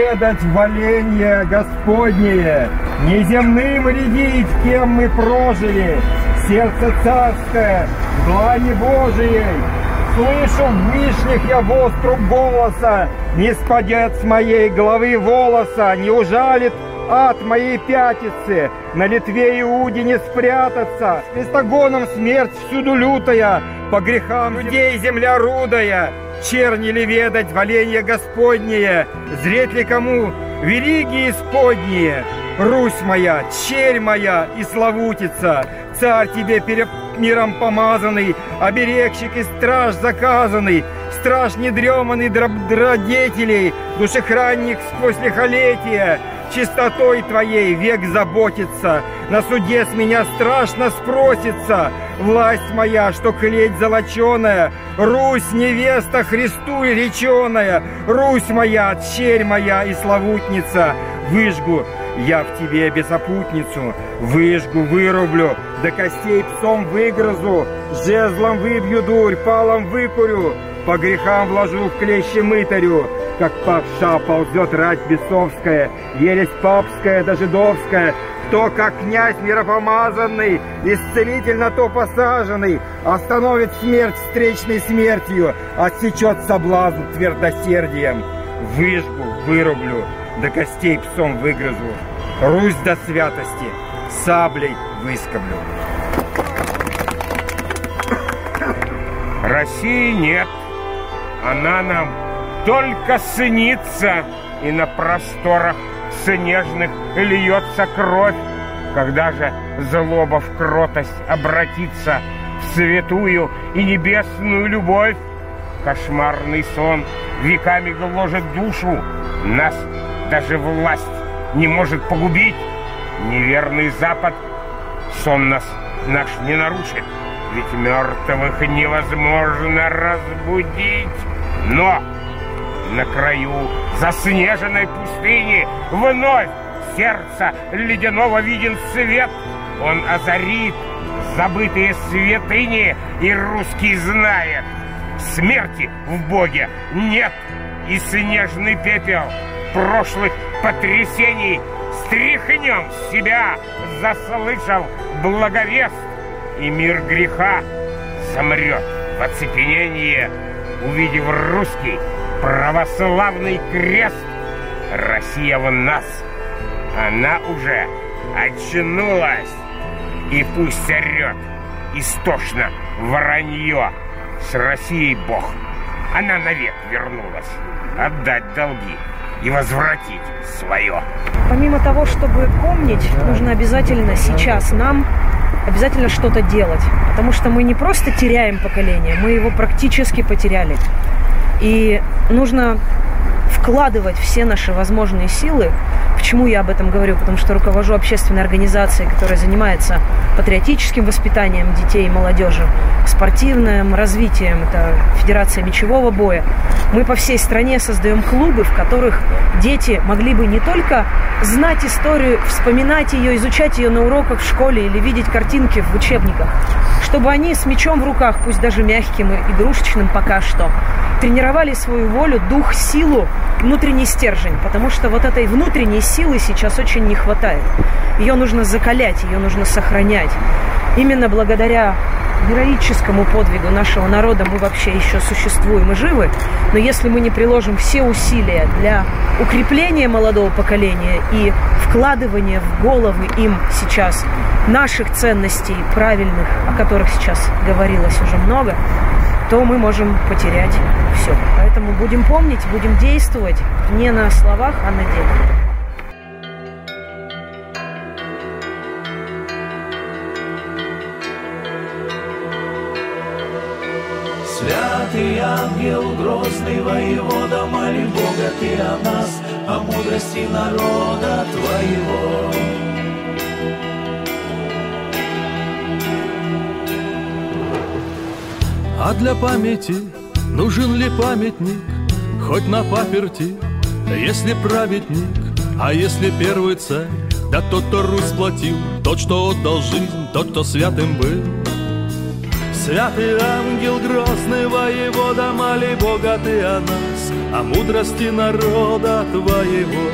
ведать воленье Господнее, неземным рядить, кем мы прожили, сердце царское в длани Божией. Слышу в вишнях я воструб голоса, не спадет с моей головы волоса, не ужалит ад моей пятицы, на Литве Иуде не спрятаться, с пестогоном смерть всюду лютая, по грехам людей земля рудая. Черни ли ведать воленье Господнее, зреть ли кому великие исподние? Русь моя, черь моя и славутица, царь тебе перед миром помазанный, оберегщик и страж заказанный, страж недреманный добродетелей, душехранник сквозь лихолетия, чистотой твоей век заботится, на суде с меня страшно спросится, власть моя, что клеть золоченая, Русь, невеста Христу реченая, Русь моя, черь моя и славутница, выжгу я в тебе бесопутницу, выжгу, вырублю, до костей псом выгрызу, жезлом выбью дурь, палом выкурю, по грехам вложу в клещи мытарю, как павша ползет рать бесовская, ересь папская да жидовская, кто, как князь миропомазанный, исцелитель на то посаженный, остановит смерть встречной смертью, отсечет соблазн твердосердием. Выжгу, вырублю, до костей псом выгрызу, Русь до святости саблей выскоблю. России нет, она нам только снится, и на просторах снежных льется кровь. Когда же злоба в кротость обратится в святую и небесную любовь? Кошмарный сон веками гложет душу, нас даже власть не может погубить. Неверный Запад сон наш не нарушит, ведь мертвых невозможно разбудить. Но на краю заснеженной пустыни вновь сердца ледяного виден свет. Он озарит забытые святыни, и русский знает: смерти в Боге нет, и снежный пепел прошлых потрясений стряхнем с себя, заслышав благовест, и мир греха замрет в оцепенении, увидев русский православный крест. Россия в нас, она уже очнулась, и пусть орет истошно вранье. С Россией Бог, она навек вернулась отдать долги и возвратить свое. Помимо того, чтобы помнить, нужно обязательно сейчас нам обязательно что-то делать, потому что мы не просто теряем поколение, мы его практически потеряли. И нужно вкладывать все наши возможные силы. Почему я об этом говорю? Потому что руковожу общественной организацией, которая занимается патриотическим воспитанием детей и молодежи, спортивным развитием. Это Федерация мечевого боя. Мы по всей стране создаем клубы, в которых дети могли бы не только знать историю, вспоминать ее, изучать ее на уроках в школе или видеть картинки в учебниках, чтобы они с мечом в руках, пусть даже мягким и игрушечным пока что, тренировали свою волю, дух, силу, внутренний стержень, потому что вот этой внутренней силы сейчас очень не хватает. Ее нужно закалять, ее нужно сохранять. Именно благодаря героическому подвигу нашего народа мы вообще еще существуем и живы, но если мы не приложим все усилия для укрепления молодого поколения и вкладывания в головы им сейчас наших ценностей правильных, о которых сейчас говорилось уже много, то мы можем потерять все. Поэтому будем помнить, будем действовать не на словах, а на деле. Святый ангел, грозный воевода, моли Бога ты о нас, о мудрости народа твоего. А для памяти нужен ли памятник, хоть на паперти, если праведник, а если первый царь, да тот, кто Русь сплотил, тот, что отдал жизнь, тот, кто святым был. Святый ангел, грозный воевода, моли Бога ты о нас, о мудрости народа твоего.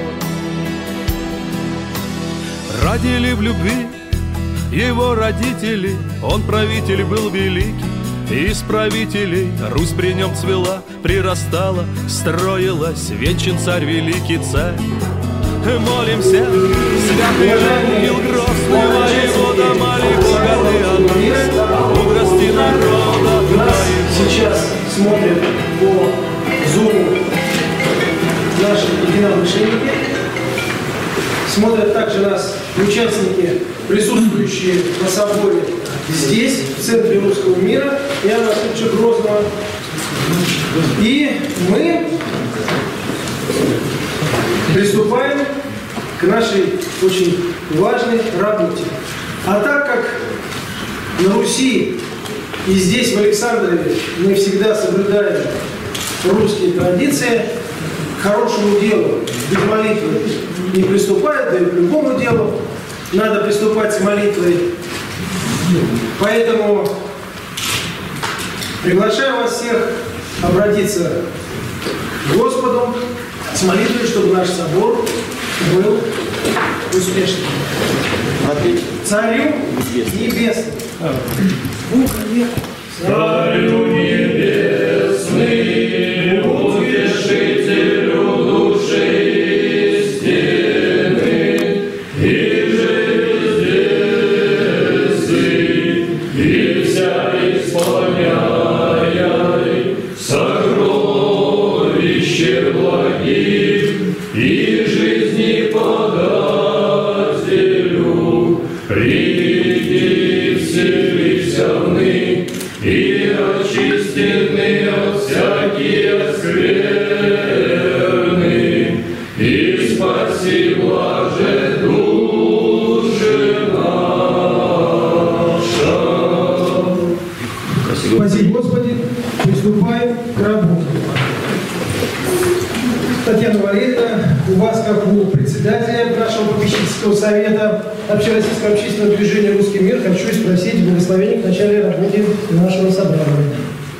Родили в любви его родители, он правитель был великий, и из правителей Русь при нем цвела, прирастала, строилась, вечен царь, великий царь. Молимся, святый ангел грозный, воевода, моли Бога ты о нас, мудрости народа твоего. Сейчас смотрят по зуму наши единомышленники, смотрят также нас участники, присутствующие на соборе здесь, в центре русского мира, Иоанна Васильевича Грозного. И мы приступаем к нашей очень важной работе. А так как на Руси и здесь, в Александрове, мы всегда соблюдаем русские традиции, к хорошему делу без молитвы не приступают, да и к любому делу надо приступать с молитвой. Поэтому приглашаю вас всех обратиться к Господу с молитвой, чтобы наш собор был успешным. Царю небесным. Царю небесный, утешителю души истины, и же здесь, и вся исполняй сокровище благих, и жизни подателю, приди вселися вны, и очистены от всякие скверны, и спаси блаже души наша. Спасибо, Господи, приступаем к работе. Татьяна Валерьевна, у вас, как у председателя нашего попечительского совета Общероссийского общественного движения «Русский мир», хочу спросить благословение к начале работы нашего собрания.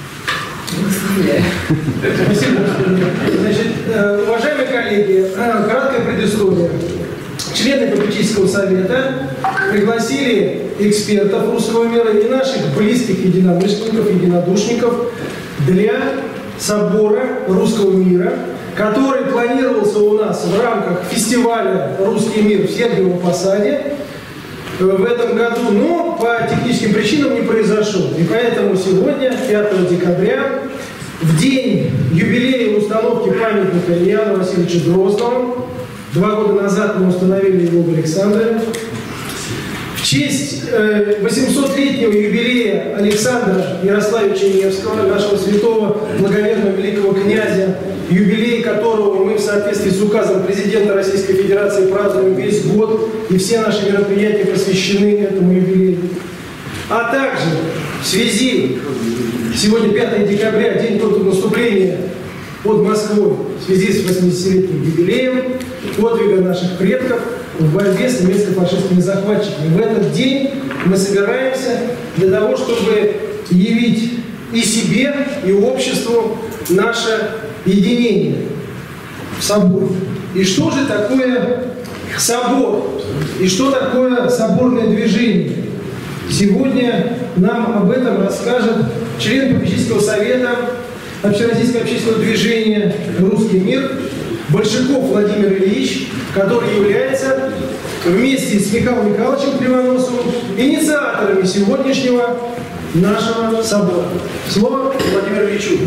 Спасибо. Значит, уважаемые коллеги, краткая предыстория. Члены попечительского совета пригласили экспертов русского мира и наших близких единомышленников, единодушников для собора русского мира, который планировался у нас в рамках фестиваля «Русский мир» в Сергиевом Посаде в этом году, но по техническим причинам не произошел. И поэтому сегодня, 5 декабря, в день юбилея установки памятника Иоанна Васильевича Грозного, 2 года назад мы установили его в Александрове, в честь 800-летнего юбилея Александра Ярославича Невского, нашего святого благоверного великого князя, юбилей которого мы в соответствии с указом президента Российской Федерации празднуем весь год, и все наши мероприятия посвящены этому юбилею. А также в связи, сегодня 5 декабря, день наступления под Москвой, в связи с 80-летним юбилеем подвига наших предков в борьбе с немецко-фашистскими захватчиками. В этот день мы собираемся для того, чтобы явить и себе, и обществу наше единение в соборе. И что же такое собор? И что такое соборное движение? Сегодня нам об этом расскажет член попечительского совета Общероссийского общественного движения «Русский мир» Большаков Владимир Ильич, который является вместе с Михаилом Михайловичем Кривоносовым инициаторами сегодняшнего нашего собора. Слово Владимиру Ильичу.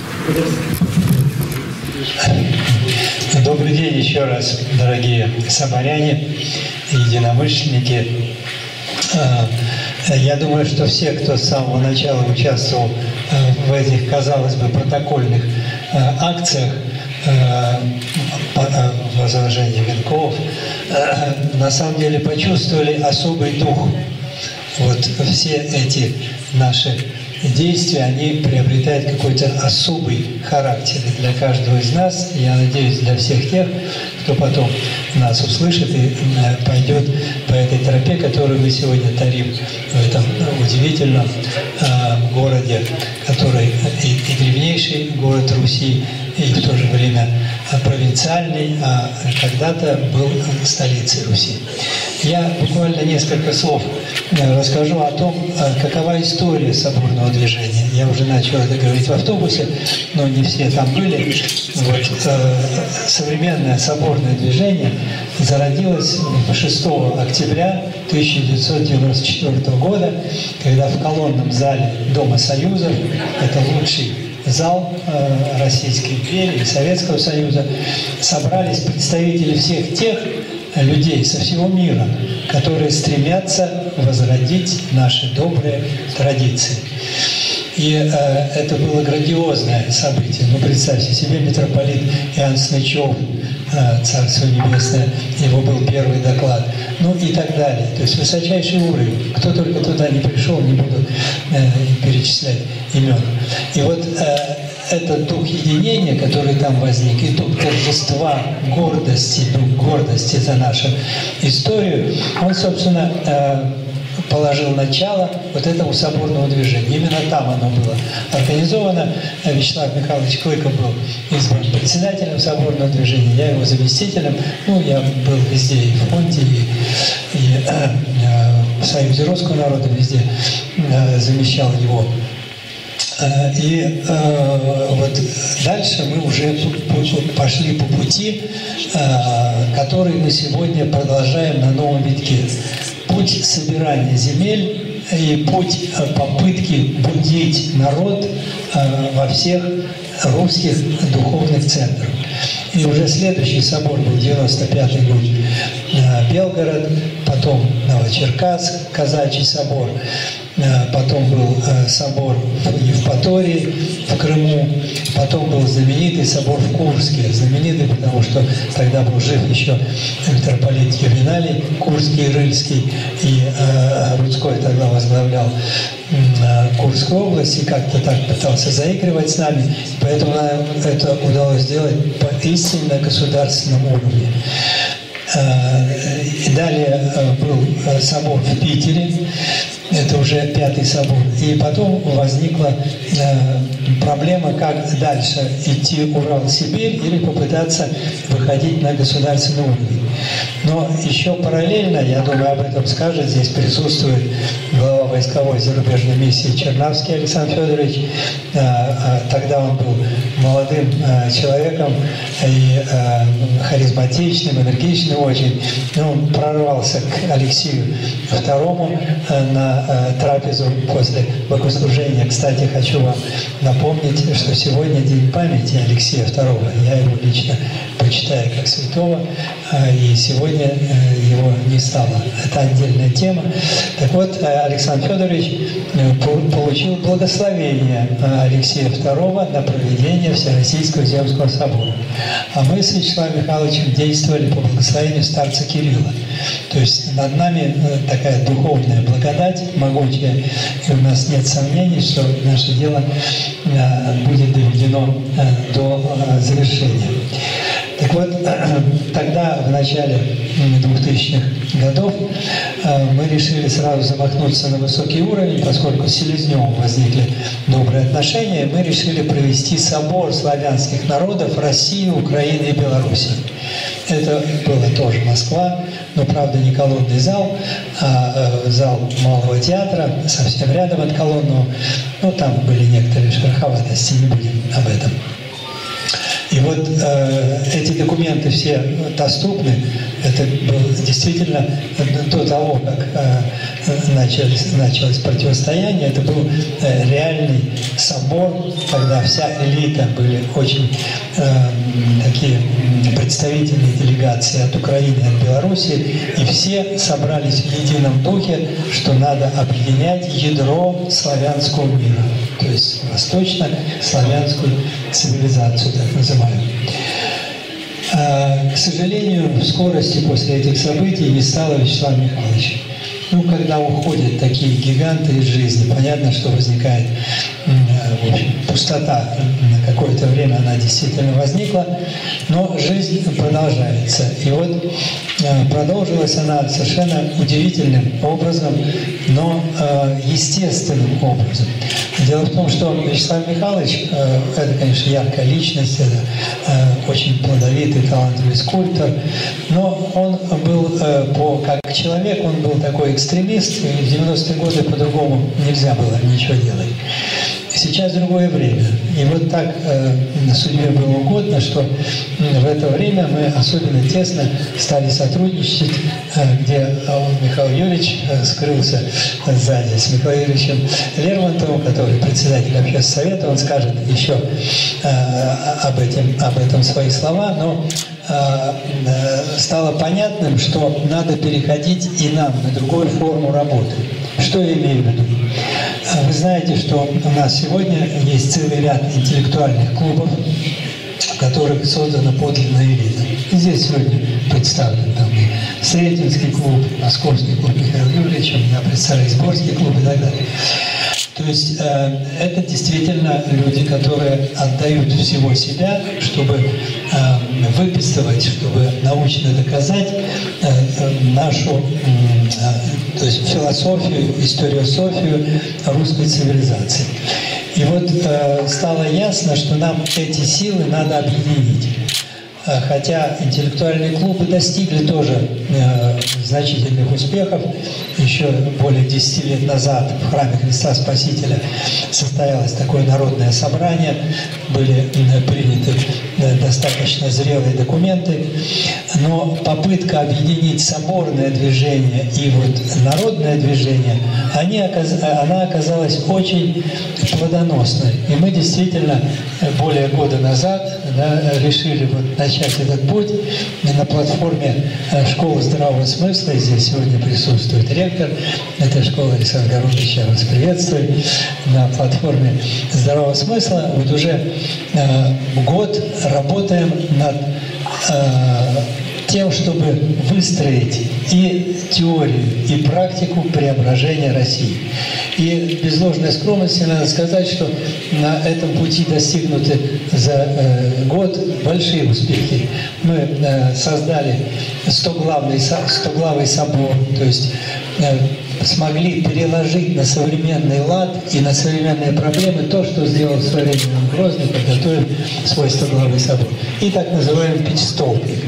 Добрый день еще раз, дорогие соборяне, единомышленники. Я думаю, что все, кто с самого начала участвовал в этих, казалось бы, протокольных акциях возложения венков, на самом деле почувствовали особый дух. Вот все эти наши действия, они приобретают какой-то особый характер для каждого из нас. Я надеюсь, для всех тех, кто потом нас услышит и пойдет по этой тропе, которую мы сегодня тарим в этом удивительном городе, который и древнейший город Руси, и в то же время провинциальный, а когда-то был столицей Руси. Я буквально несколько слов расскажу о том, какова история соборного движения. Я уже начал это говорить в автобусе, но не все там были. Вот, современное соборное движение зародилось 6 октября 1994 года, когда в колонном зале Дома Союзов, это лучший зал Российской империи, Советского Союза, собрались представители всех тех людей со всего мира, которые стремятся возродить наши добрые традиции. И это было грандиозное событие. Ну, представьте себе, митрополит Иоанн Снычев, Царство Небесное, его был первый доклад, ну и так далее. То есть высочайший уровень. Кто только туда не пришел, не буду перечислять имен. И вот этот дух единения, который там возник, и дух торжества, гордости, дух гордости за нашу историю, он, собственно, положил начало вот этому соборному движению. Именно там оно было организовано. Вячеслав Михайлович Клыков был избран председателем соборного движения, я его заместителем. Ну, я был везде, и в фонде, и в Союзе русского народа, везде замещал его. И вот дальше мы уже пошли по пути, который мы сегодня продолжаем на новом витке. Путь собирания земель и путь попытки будить народ во всех русских духовных центрах. И уже следующий собор был 95-й год, Белгород, потом Новочеркасск, Казачий собор, потом был собор в Евпатории, в Крыму, потом был знаменитый собор в Курске, знаменитый, потому что тогда был жив еще митрополит Ювеналий Курский и Рыльский, и Рудской тогда возглавлял Курскую область и как-то так пытался заигрывать с нами, поэтому нам это удалось сделать по истинно государственному уровню. И далее был собор в Питере, это уже 5-й собор. И потом возникла проблема, как дальше идти Урал-Сибирь или попытаться выходить на государственный уровень. Но еще параллельно, я думаю, об этом скажет, здесь присутствует глава войсковой зарубежной миссии Чернавский Александр Федорович. Тогда он был молодым человеком и харизматичным, энергичным очень. Он прорвался к Алексею II на трапезу после богослужения. Кстати, хочу вам напомнить, что сегодня день памяти Алексея II. Я его лично почитаю как святого, и сегодня его не стало. Это отдельная тема. Так вот, Александр Федорович получил благословение Алексея II на проведение Всероссийского Земского собора. А мы с Вячеславом Михайловичем действовали по благословению старца Кирилла. То есть над нами такая духовная благодать могучая, и у нас нет сомнений, что наше дело будет доведено до завершения. Так вот, тогда, в начале 2000-х годов, мы решили сразу замахнуться на высокий уровень, поскольку с Селезневым возникли добрые отношения, мы решили провести собор славянских народов России, Украины и Белоруссии. Это была тоже Москва, но, правда, не колонный зал, а зал Малого театра, совсем рядом от колонного. Ну, там были некоторые шероховатости, не будем об этом. И вот эти документы все доступны. Это было действительно до того, как началось противостояние, это был реальный собор, когда вся элита, были очень такие представительные делегации от Украины и от Белоруссии, и все собрались в едином духе, что надо объединять ядро славянского мира, то есть восточно-славянскую цивилизацию, так называемую. К сожалению, в скорости после этих событий не стало Вячеслава Михайловича. Ну, когда уходят такие гиганты из жизни, понятно, что возникает в общем, пустота на какое-то время, она действительно возникла, но жизнь продолжается. И вот продолжилась она совершенно удивительным образом, но естественным образом. Дело в том, что Вячеслав Михайлович, это, конечно, яркая личность, это очень плодовитый, талантливый скульптор, но он был, как человек, он был такой экстремист, и в 90-е годы по-другому нельзя было ничего делать. Сейчас другое время. И вот так на судьбе было угодно, что в это время мы особенно тесно стали сотрудничать, где Михаил Юрьевич скрылся сзади с Михаилом Юрьевичем Лермонтовым, который председатель общественного совета, он скажет еще об этом свои слова, но стало понятным, что надо переходить и нам на другую форму работы. Что я имею в виду? Вы знаете, что у нас сегодня есть целый ряд интеллектуальных клубов, в которых создана подлинная элита. И здесь сегодня представлен там и Сретенский клуб, Московский клуб Михаила Юрьевича, я представляю Сборский клуб и так далее. То есть это действительно люди, которые отдают всего себя, чтобы выписывать, чтобы научно доказать нашу то есть философию, историософию русской цивилизации. И вот стало ясно, что нам эти силы надо объединить. Хотя интеллектуальные клубы достигли тоже значительных успехов. Еще более 10 лет назад в храме Христа Спасителя состоялось такое народное собрание, были приняты достаточно зрелые документы, но попытка объединить соборное движение и вот народное движение, она оказалась очень плодоносной. И мы действительно более года назад решили вот начать этот путь на платформе школы здравого смысла. И здесь сегодня присутствует ректор этой школы Александр Горович, я вас приветствую. На платформе здравого смысла вот уже год работаем над тем, чтобы выстроить и теорию, и практику преображения России. И без ложной скромности надо сказать, что на этом пути достигнуты за год большие успехи. Мы создали 100-главый собор, то есть смогли переложить на современный лад и на современные проблемы то, что сделал в свое время Грозный, подготовив свой 100-главый собор. И так называемый пятистолбник.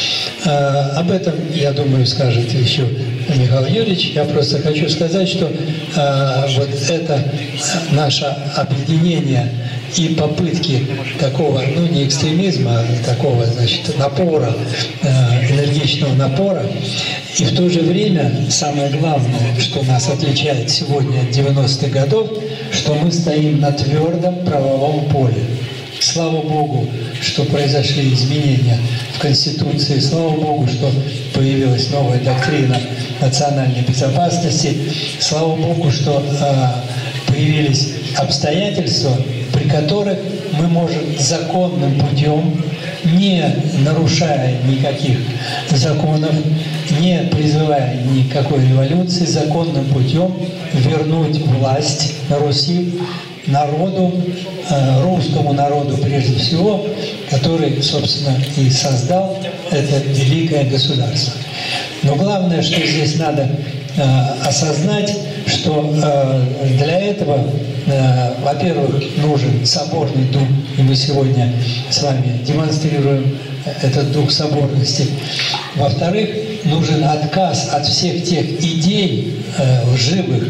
Об этом, я думаю, скажет еще Михаил Юрьевич. Я просто хочу сказать, что вот это наше объединение и попытки такого, ну не экстремизма, а такого, значит, напора, энергичного напора. И в то же время самое главное, что нас отличает сегодня от 90-х годов, что мы стоим на твердом правовом поле. Слава Богу, что произошли изменения в Конституции. Слава Богу, что появилась новая доктрина национальной безопасности. Слава Богу, что появились обстоятельства, при которых мы можем законным путем, не нарушая никаких законов, не призывая никакой революции, законным путем вернуть власть на Руси народу, русскому народу прежде всего, который, собственно, и создал это великое государство. Но главное, что здесь надо осознать, что для этого, во-первых, нужен соборный дух, и мы сегодня с вами демонстрируем этот дух соборности. Во-вторых, нужен отказ от всех тех идей лживых,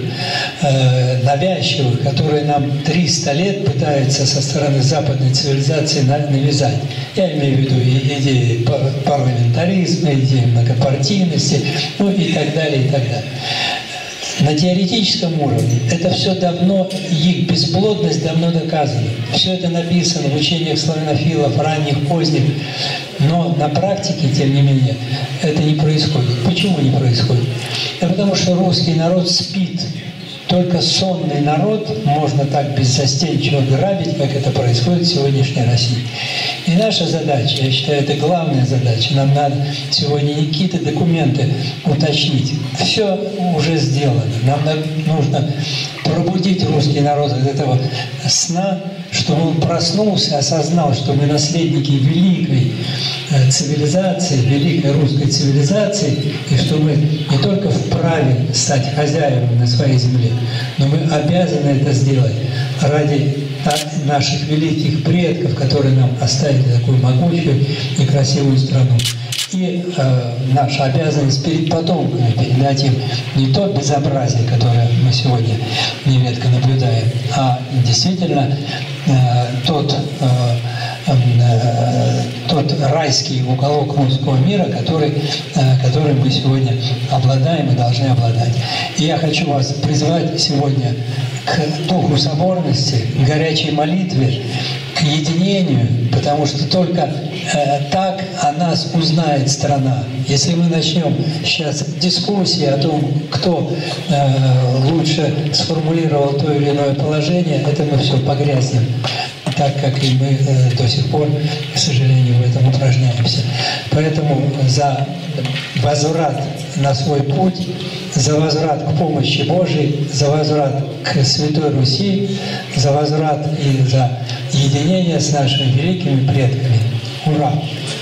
навязчивых, которые нам 300 лет пытаются со стороны западной цивилизации навязать. Я имею в виду идеи парламентаризма, идеи многопартийности, ну и так далее, и так далее. На теоретическом уровне это все давно, их бесплодность давно доказана. Все это написано в учениях славянофилов, ранних, поздних. Но на практике, тем не менее, это не происходит. Почему не происходит? Да потому что русский народ спит. Только сонный народ можно так беззастенчиво грабить, как это происходит в сегодняшней России. И наша задача, я считаю, это главная задача. Нам надо сегодня не какие-то документы уточнить. Все уже сделано. Нам нужно пробудить русский народ от этого сна, чтобы он проснулся, осознал, что мы наследники великой цивилизации, великой русской цивилизации, и что мы не только вправе стать хозяевами на своей земле, но мы обязаны это сделать ради наших великих предков, которые нам оставили такую могучую и красивую страну. И наша обязанность перед потомками передать им не то безобразие, которое мы сегодня нередко наблюдаем, а действительно тот райский уголок русского мира, который мы сегодня обладаем и должны обладать. И я хочу вас призвать сегодня к духу соборности, к горячей молитве, к единению, потому что только так о нас узнает страна. Если мы начнем сейчас дискуссии о том, кто лучше сформулировал то или иное положение, это мы все погрязнем, так как и мы до сих пор, к сожалению, в этом упражняемся. Поэтому за возврат на свой путь, за возврат к помощи Божией, за возврат к Святой Руси, за возврат и за единение с нашими великими предками. Ура!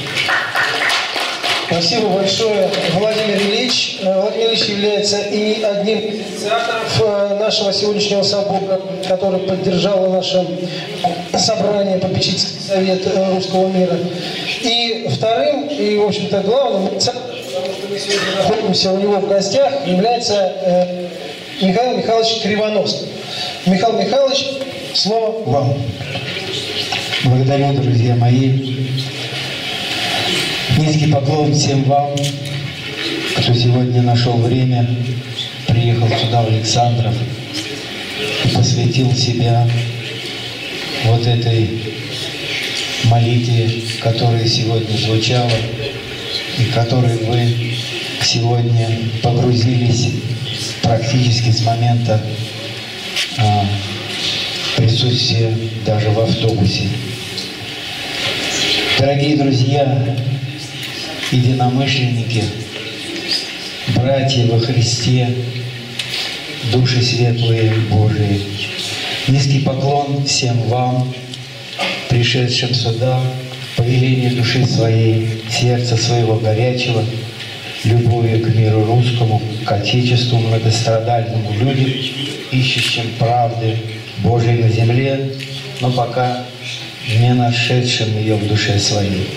Спасибо большое, Владимир Ильич. Владимир Ильич является и одним из инициаторов нашего сегодняшнего собора, который поддержал наше собрание, попечительский совет русского мира. И вторым, и, в общем-то, главным, потому что мы сегодня находимся у него в гостях, является Михаил Михайлович Кривоносов. Михаил Михайлович, слово вам. Благодарю, друзья мои. Низкий поклон всем вам, кто сегодня нашел время, приехал сюда, в Александров, и посвятил себя вот этой молитве, которая сегодня звучала, и которой вы сегодня погрузились практически с момента присутствия даже в автобусе. Дорогие друзья, единомышленники, братья во Христе, души светлые Божии, низкий поклон всем вам, пришедшим сюда, по велению души своей, сердца своего горячего, любовью к миру русскому, к Отечеству многострадальному, людям, ищущим правды Божией на земле, но пока не нашедшим ее в душе своей.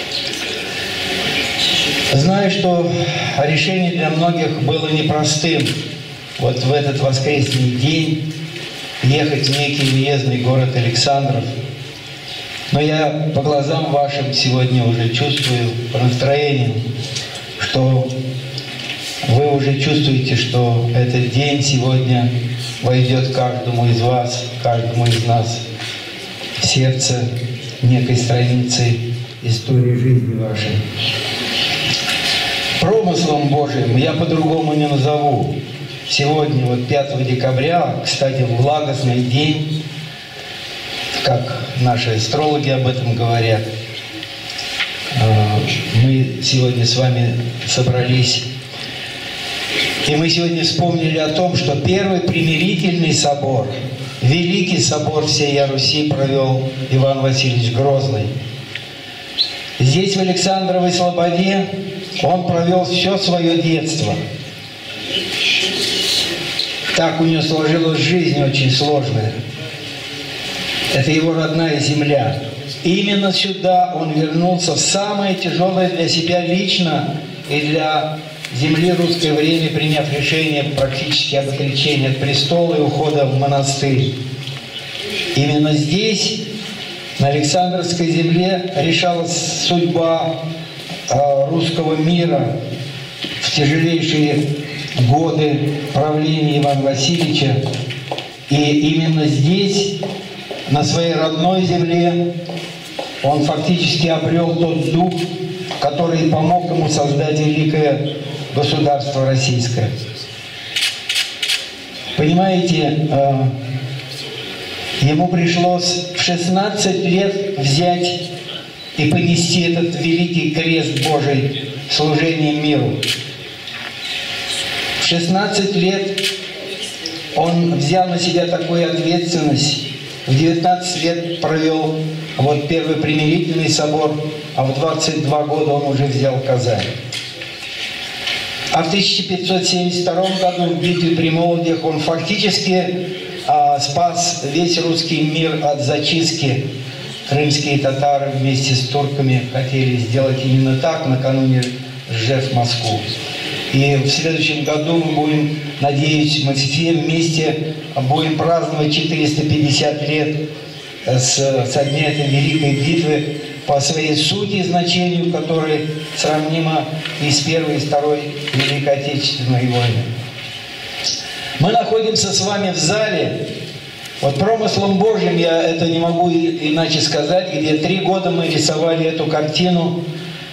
Знаю, что решение для многих было непростым. Вот в этот воскресный день ехать в некий уездный город Александров. Но я по глазам вашим сегодня уже чувствую, по настроению, что вы уже чувствуете, что этот день сегодня войдет каждому из вас, каждому из нас в сердце некой страницы истории жизни вашей. Промыслом Божиим я по-другому не назову. Сегодня, вот 5 декабря, кстати, в благостный день, как наши астрологи об этом говорят, мы сегодня с вами собрались, и мы сегодня вспомнили о том, что первый примирительный собор, великий собор всей Руси провел Иван Васильевич Грозный. Здесь, в Александровой Слободе, он провел все свое детство. Так у него сложилась жизнь очень сложная. Это его родная земля. И именно сюда он вернулся в самое тяжелое для себя лично и для земли русское время, приняв решение практически об отречении от престола и ухода в монастырь. Именно здесь, на Александровской земле, решалась судьба русского мира в тяжелейшие годы правления Ивана Васильевича. И именно здесь, на своей родной земле, он фактически обрел тот дух, который помог ему создать великое государство российское. Понимаете, ему пришлось в 16 лет взять и понести этот великий крест Божий служением миру. В 16 лет он взял на себя такую ответственность. В 19 лет провел вот первый примирительный собор, а в 22 года он уже взял Казань. А в 1572 году в битве при Молодях он фактически спас весь русский мир от зачистки. Крымские татары вместе с турками хотели сделать именно так, накануне сжав Москву. И в следующем году мы будем, надеюсь, мы все вместе будем праздновать 450 лет со дня этой великой битвы по своей сути и значению, которое сравнимо и с Первой, и с Второй Великой Отечественной войной. Мы находимся с вами в зале, вот промыслом Божьим, я это не могу иначе сказать, где 3 года мы рисовали эту картину.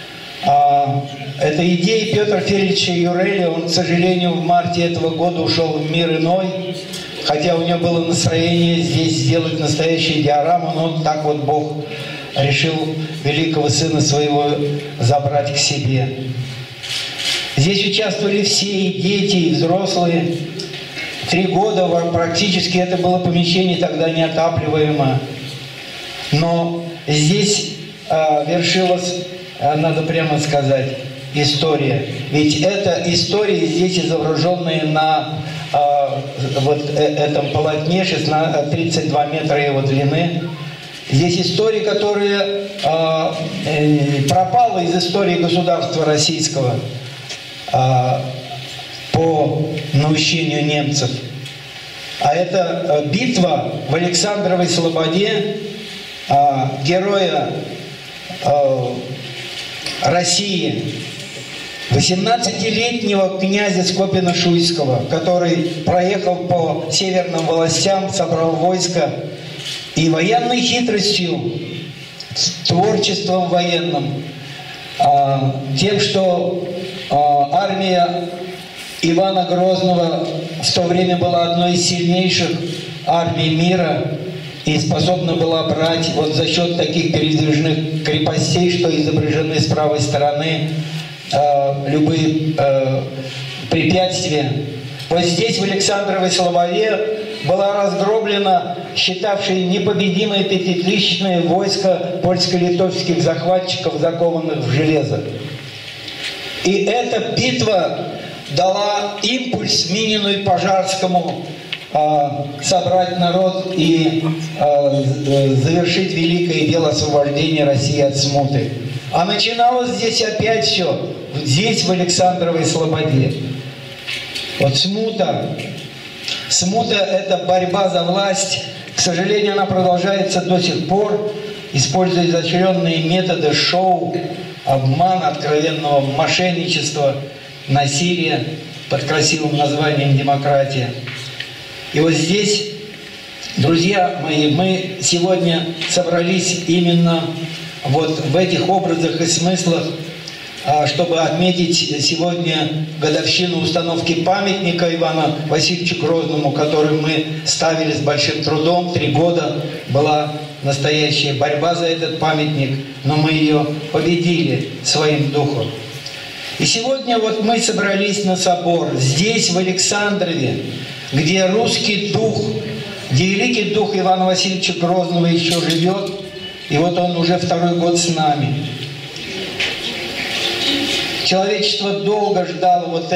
Это идея Петра Фелича Юреля. Он, к сожалению, в марте этого года ушел в мир иной, хотя у него было настроение здесь сделать настоящую диораму, но так вот Бог решил великого сына своего забрать к себе. Здесь участвовали все, и дети, и взрослые. 3 года практически это было помещение тогда неотапливаемое. Но здесь вершилась, надо прямо сказать, история. Ведь это история здесь изображенная на вот этом полотне, 32 метра его длины. Здесь история, которая пропала из истории государства российского по наущению немцев. А это битва в Александровой Слободе героя России, 18-летнего князя Скопина-Шуйского, который проехал по северным властям, собрал войско и военной хитростью, творчеством военным, тем, что армия Ивана Грозного в то время была одной из сильнейших армий мира и способна была брать вот за счет таких передвижных крепостей, что изображены с правой стороны, любые препятствия. Вот здесь, в Александровой Слободе, была разгроблена считавшее непобедимое 5000-е войско польско-литовских захватчиков, закованных в железо. И эта битва дала импульс Минину и Пожарскому собрать народ и завершить великое дело освобождения России от смуты. А начиналось здесь опять все, здесь, в Александровой Слободе. Вот смута. Смута – это борьба за власть. К сожалению, она продолжается до сих пор, используя изощренные методы шоу, обмана, откровенного мошенничества, насилия под красивым названием «демократия». И вот здесь, друзья мои, мы сегодня собрались именно вот в этих образах и смыслах, чтобы отметить сегодня годовщину установки памятника Ивану Васильевичу Грозному, который мы ставили с большим трудом. 3 года была настоящая борьба за этот памятник, но мы ее победили своим духом. И сегодня вот мы собрались на собор здесь, в Александрове, где русский дух, где великий дух Ивана Васильевича Грозного еще живет, и вот он уже 2-й год с нами. Человечество долго ждало вот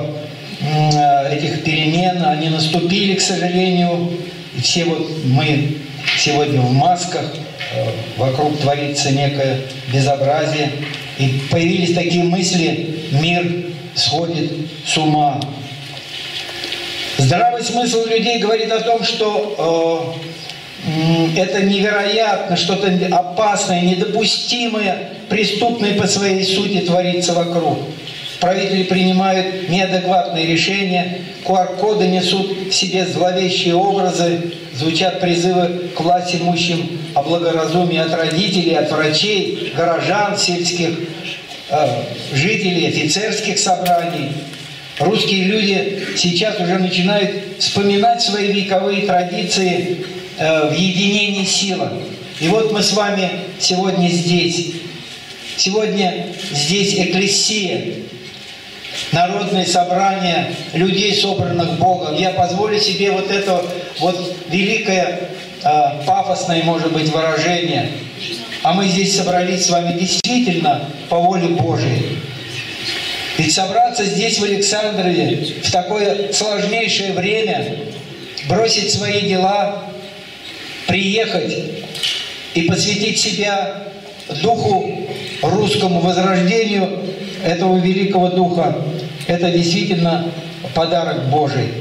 этих перемен, они наступили, к сожалению, и все вот мы сегодня в масках, вокруг творится некое безобразие, и появились такие мысли: мир сходит с ума. Здравый смысл людей говорит о том, что это невероятно, что-то опасное, недопустимое, преступное по своей сути творится вокруг. Правители принимают неадекватные решения, QR-коды несут в себе зловещие образы, звучат призывы к власть имущим о благоразумии от родителей, от врачей, горожан, сельских жителей, офицерских собраний. Русские люди сейчас уже начинают вспоминать свои вековые традиции в единении силы. И вот мы с вами сегодня здесь. Сегодня здесь экклесия. народное собрание людей, собранных Богом. Я позволю себе вот это вот великое, пафосное, может быть, выражение. А мы здесь собрались с вами действительно по воле Божией. Ведь собраться здесь, в Александрове, в такое сложнейшее время, бросить свои дела, приехать и посвятить себя духу русскому, возрождению этого великого духа, это действительно подарок Божий.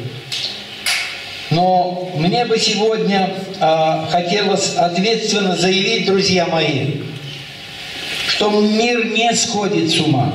Но мне бы сегодня хотелось ответственно заявить, друзья мои, что мир не сходит с ума.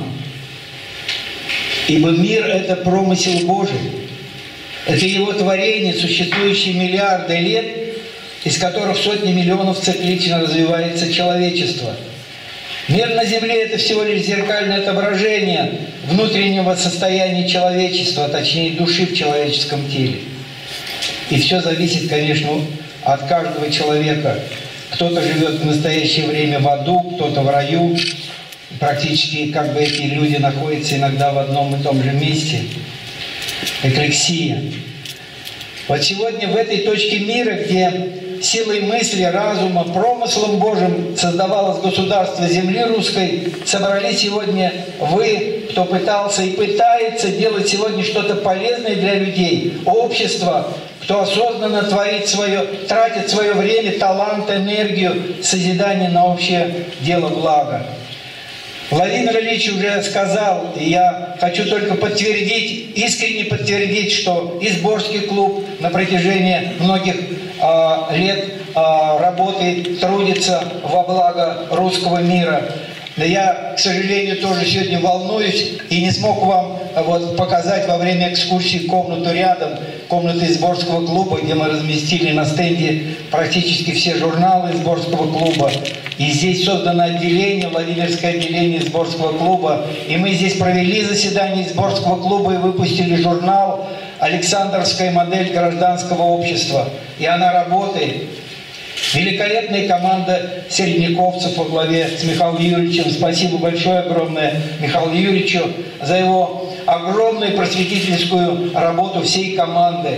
Ибо мир – это промысел Божий. Это Его творение, существующее миллиарды лет, из которых сотни миллионов циклично развивается человечество. Мир на Земле – это всего лишь зеркальное отображение внутреннего состояния человечества, точнее души в человеческом теле. И все зависит, конечно, от каждого человека. Кто-то живет в настоящее время в аду, кто-то в раю. Практически как бы эти люди находятся иногда в одном и том же месте. Эклексия. Вот сегодня в этой точке мира, где силой мысли, разума, промыслом Божьим создавалось государство земли русской, собрались сегодня вы, кто пытался и пытается делать сегодня что-то полезное для людей, общество, кто осознанно тратит свое время, талант, энергию, созидание на общее дело блага. Владимир Ильич уже сказал, и я хочу только подтвердить, искренне подтвердить, что Изборский клуб на протяжении многих лет работает, трудится во благо русского мира. Я, к сожалению, тоже сегодня волнуюсь и не смог вам показать во время экскурсии комнату рядом, комнату Изборского клуба, где мы разместили на стенде практически все журналы Изборского клуба. И здесь создано отделение, Владимирское отделение Изборского клуба. И мы здесь провели заседание Изборского клуба и выпустили журнал «Александровская модель гражданского общества». И она работает. Великолепная команда середняковцев во главе с Михаилом Юрьевичем. Спасибо большое, огромное Михаилу Юрьевичу за его огромную просветительскую работу всей команды.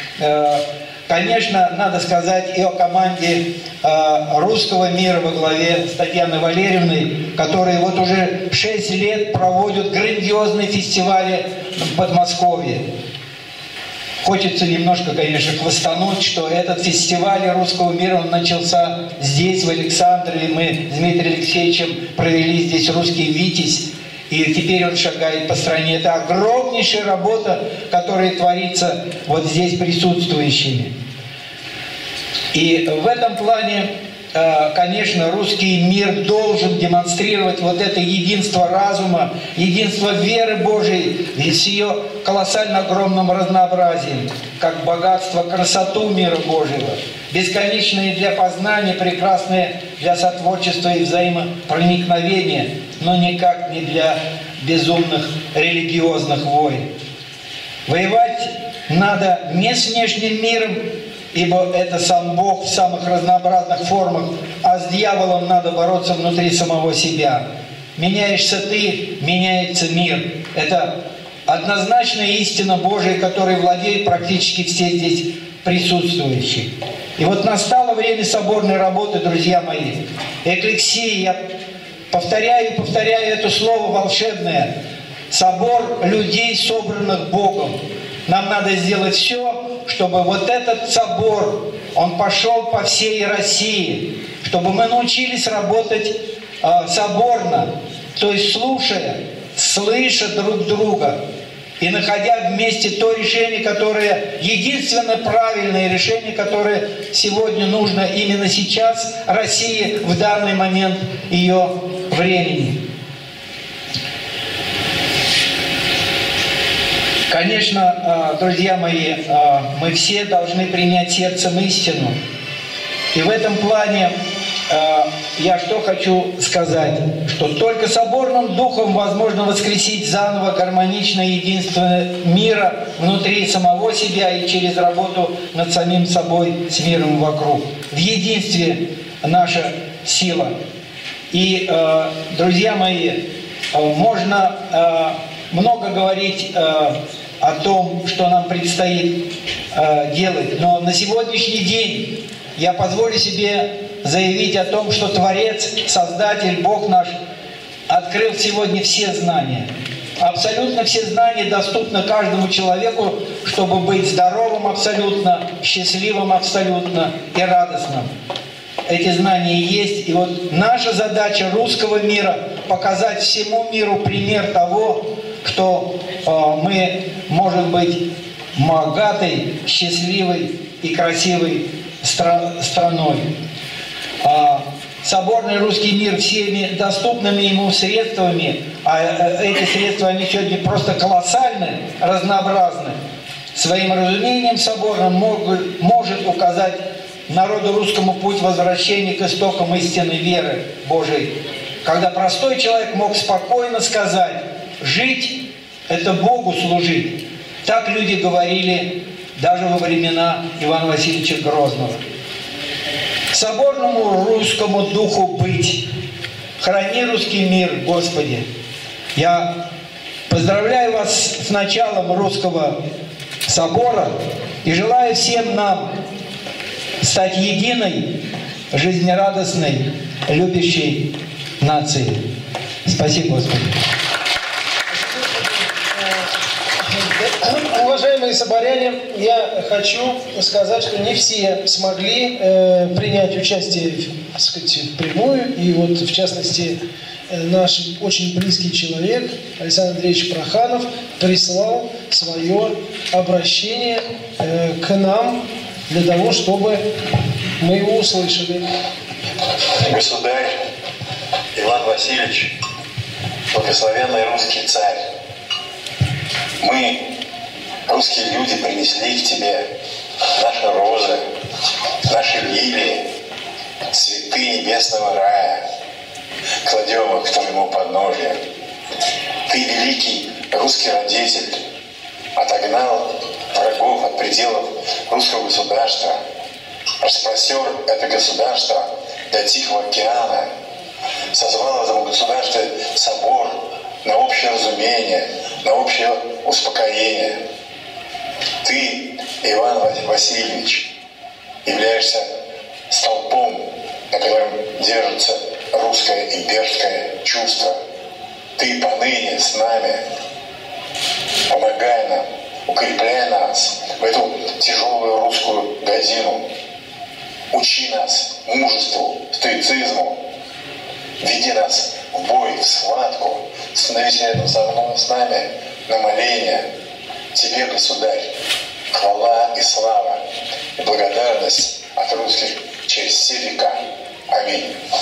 Конечно, надо сказать и о команде русского мира во главе с Татьяной Валерьевной, которые вот уже 6 лет проводят грандиозные фестивали в Подмосковье. Хочется немножко, конечно, хвастануть, что этот фестиваль русского мира, он начался здесь, в Александрове. Мы с Дмитрием Алексеевичем провели здесь «Русский Витязь», и теперь он шагает по стране. Это огромнейшая работа, которая творится вот здесь присутствующими. И в этом плане, конечно, русский мир должен демонстрировать вот это единство разума, единство веры Божией с ее колоссально огромным разнообразием, как богатство, красоту мира Божьего, бесконечные для познания, прекрасные для сотворчества и взаимопроникновения, но никак не для безумных религиозных войн. Воевать надо не с внешним миром, ибо это сам Бог в самых разнообразных формах, а с дьяволом надо бороться внутри самого себя. Меняешься ты, меняется мир. Это однозначная истина Божия, которой владеют практически все здесь присутствующие. И вот настало время соборной работы, друзья мои. Эклексия, я повторяю это слово волшебное. Собор людей, собранных Богом. Нам надо сделать все, чтобы вот этот собор, он пошел по всей России, чтобы мы научились работать соборно, то есть слыша друг друга и находя вместе то решение, которое единственно правильное решение, которое сегодня нужно именно сейчас России в данный момент ее времени. Конечно, друзья мои, мы все должны принять сердцем истину. И в этом плане я что хочу сказать, что только соборным духом возможно воскресить заново гармоничное единство мира внутри самого себя и через работу над самим собой с миром вокруг. В единстве наша сила. И, друзья мои, можно много говорить о том, что нам предстоит делать. Но на сегодняшний день я позволю себе заявить о том, что Творец, Создатель, Бог наш, открыл сегодня все знания. Абсолютно все знания доступны каждому человеку, чтобы быть здоровым абсолютно, счастливым абсолютно и радостным. Эти знания есть. И вот наша задача русского мира – показать всему миру пример того, что мы можем быть богатой, счастливой и красивой страной. Соборный русский мир всеми доступными ему средствами, а эти средства, они сегодня просто колоссальны, разнообразны, своим разумением соборным может указать народу русскому путь возвращения к истокам истинной веры Божией. Когда простой человек мог спокойно сказать: жить – это Богу служить. Так люди говорили даже во времена Ивана Васильевича Грозного. Соборному русскому духу быть. Храни русский мир, Господи. Я поздравляю вас с началом русского собора и желаю всем нам стать единой, жизнерадостной, любящей нацией. Спасибо, Господи. Уважаемые соборяне, я хочу сказать, что не все смогли принять участие, так сказать, впрямую. И вот, в частности, наш очень близкий человек, Александр Андреевич Проханов, прислал свое обращение к нам для того, чтобы мы его услышали. Государь Иван Васильевич, благословенный русский царь, мы, русские люди, принесли к тебе наши розы, наши лилии, цветы небесного рая, кладем их к твоему подножию. Ты, великий русский родитель, отогнал врагов от пределов русского государства, распростер это государство до Тихого океана, созвал в этом государстве собор на общее разумение, на общее успокоение. Ты, Иван Васильевич, являешься столпом, на котором держится русское имперское чувство. Ты поныне с нами, помогай нам, укрепляй нас в эту тяжелую русскую годину. Учи нас мужеству, стоицизму, веди нас в бой, в схватку, становись рядом с нами на моление. Тебе, Государь, хвала и слава, и благодарность от русских через все века. Аминь.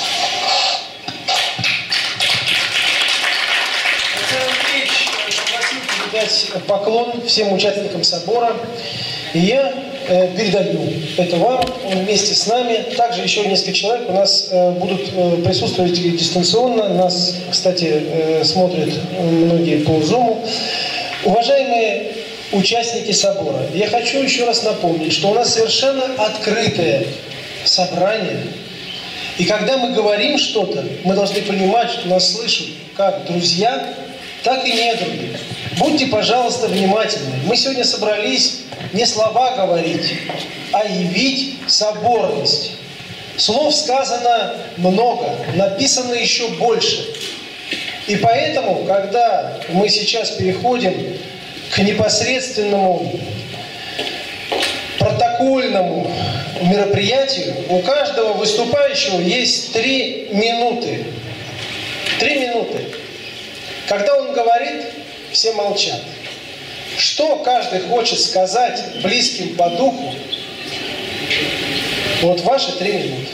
Дать поклон всем участникам собора. И я передаю это вам вместе с нами. Также еще несколько человек у нас будут присутствовать дистанционно. Нас, кстати, смотрят многие по Zoom. Уважаемые участники собора, я хочу еще раз напомнить, что у нас совершенно открытое собрание. И когда мы говорим что-то, мы должны понимать, что нас слышат как друзья, так и недруги. Будьте, пожалуйста, внимательны. Мы сегодня собрались не слова говорить, а явить соборность. Слов сказано много, написано еще больше. И поэтому, когда мы сейчас переходим к непосредственному протокольному мероприятию, у каждого выступающего есть 3 минуты. 3 минуты. Когда он говорит, все молчат. Что каждый хочет сказать близким по духу, вот ваши 3 минуты.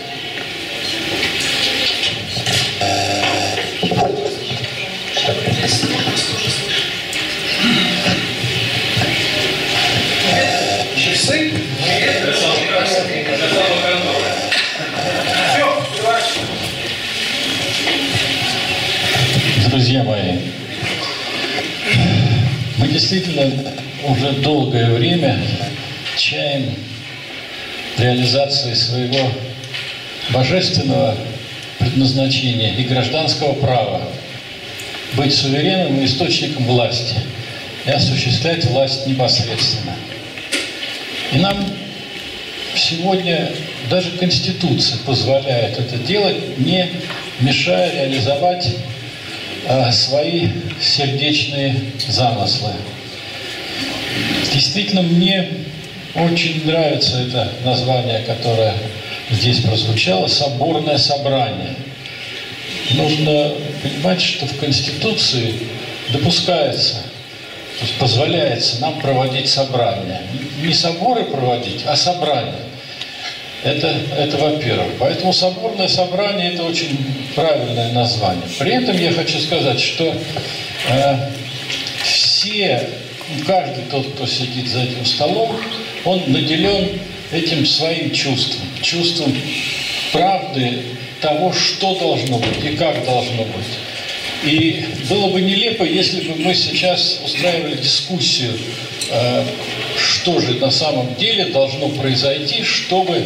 Часы. Друзья мои, мы действительно уже долгое время чаем реализации своего божественного предназначения и гражданского права быть суверенным и источником власти и осуществлять власть непосредственно. И нам сегодня даже Конституция позволяет это делать, не мешая реализовать свои сердечные замыслы. Действительно, мне очень нравится это название, которое здесь прозвучало, «Соборное собрание». Нужно понимать, что в Конституции допускается, то есть позволяется нам проводить собрания. Не соборы проводить, а собрания. Это во-первых. Поэтому соборное собрание – это очень правильное название. При этом я хочу сказать, что каждый тот, кто сидит за этим столом, он наделен этим своим чувством правды того, что должно быть и как должно быть. И было бы нелепо, если бы мы сейчас устраивали дискуссию, что же на самом деле должно произойти, чтобы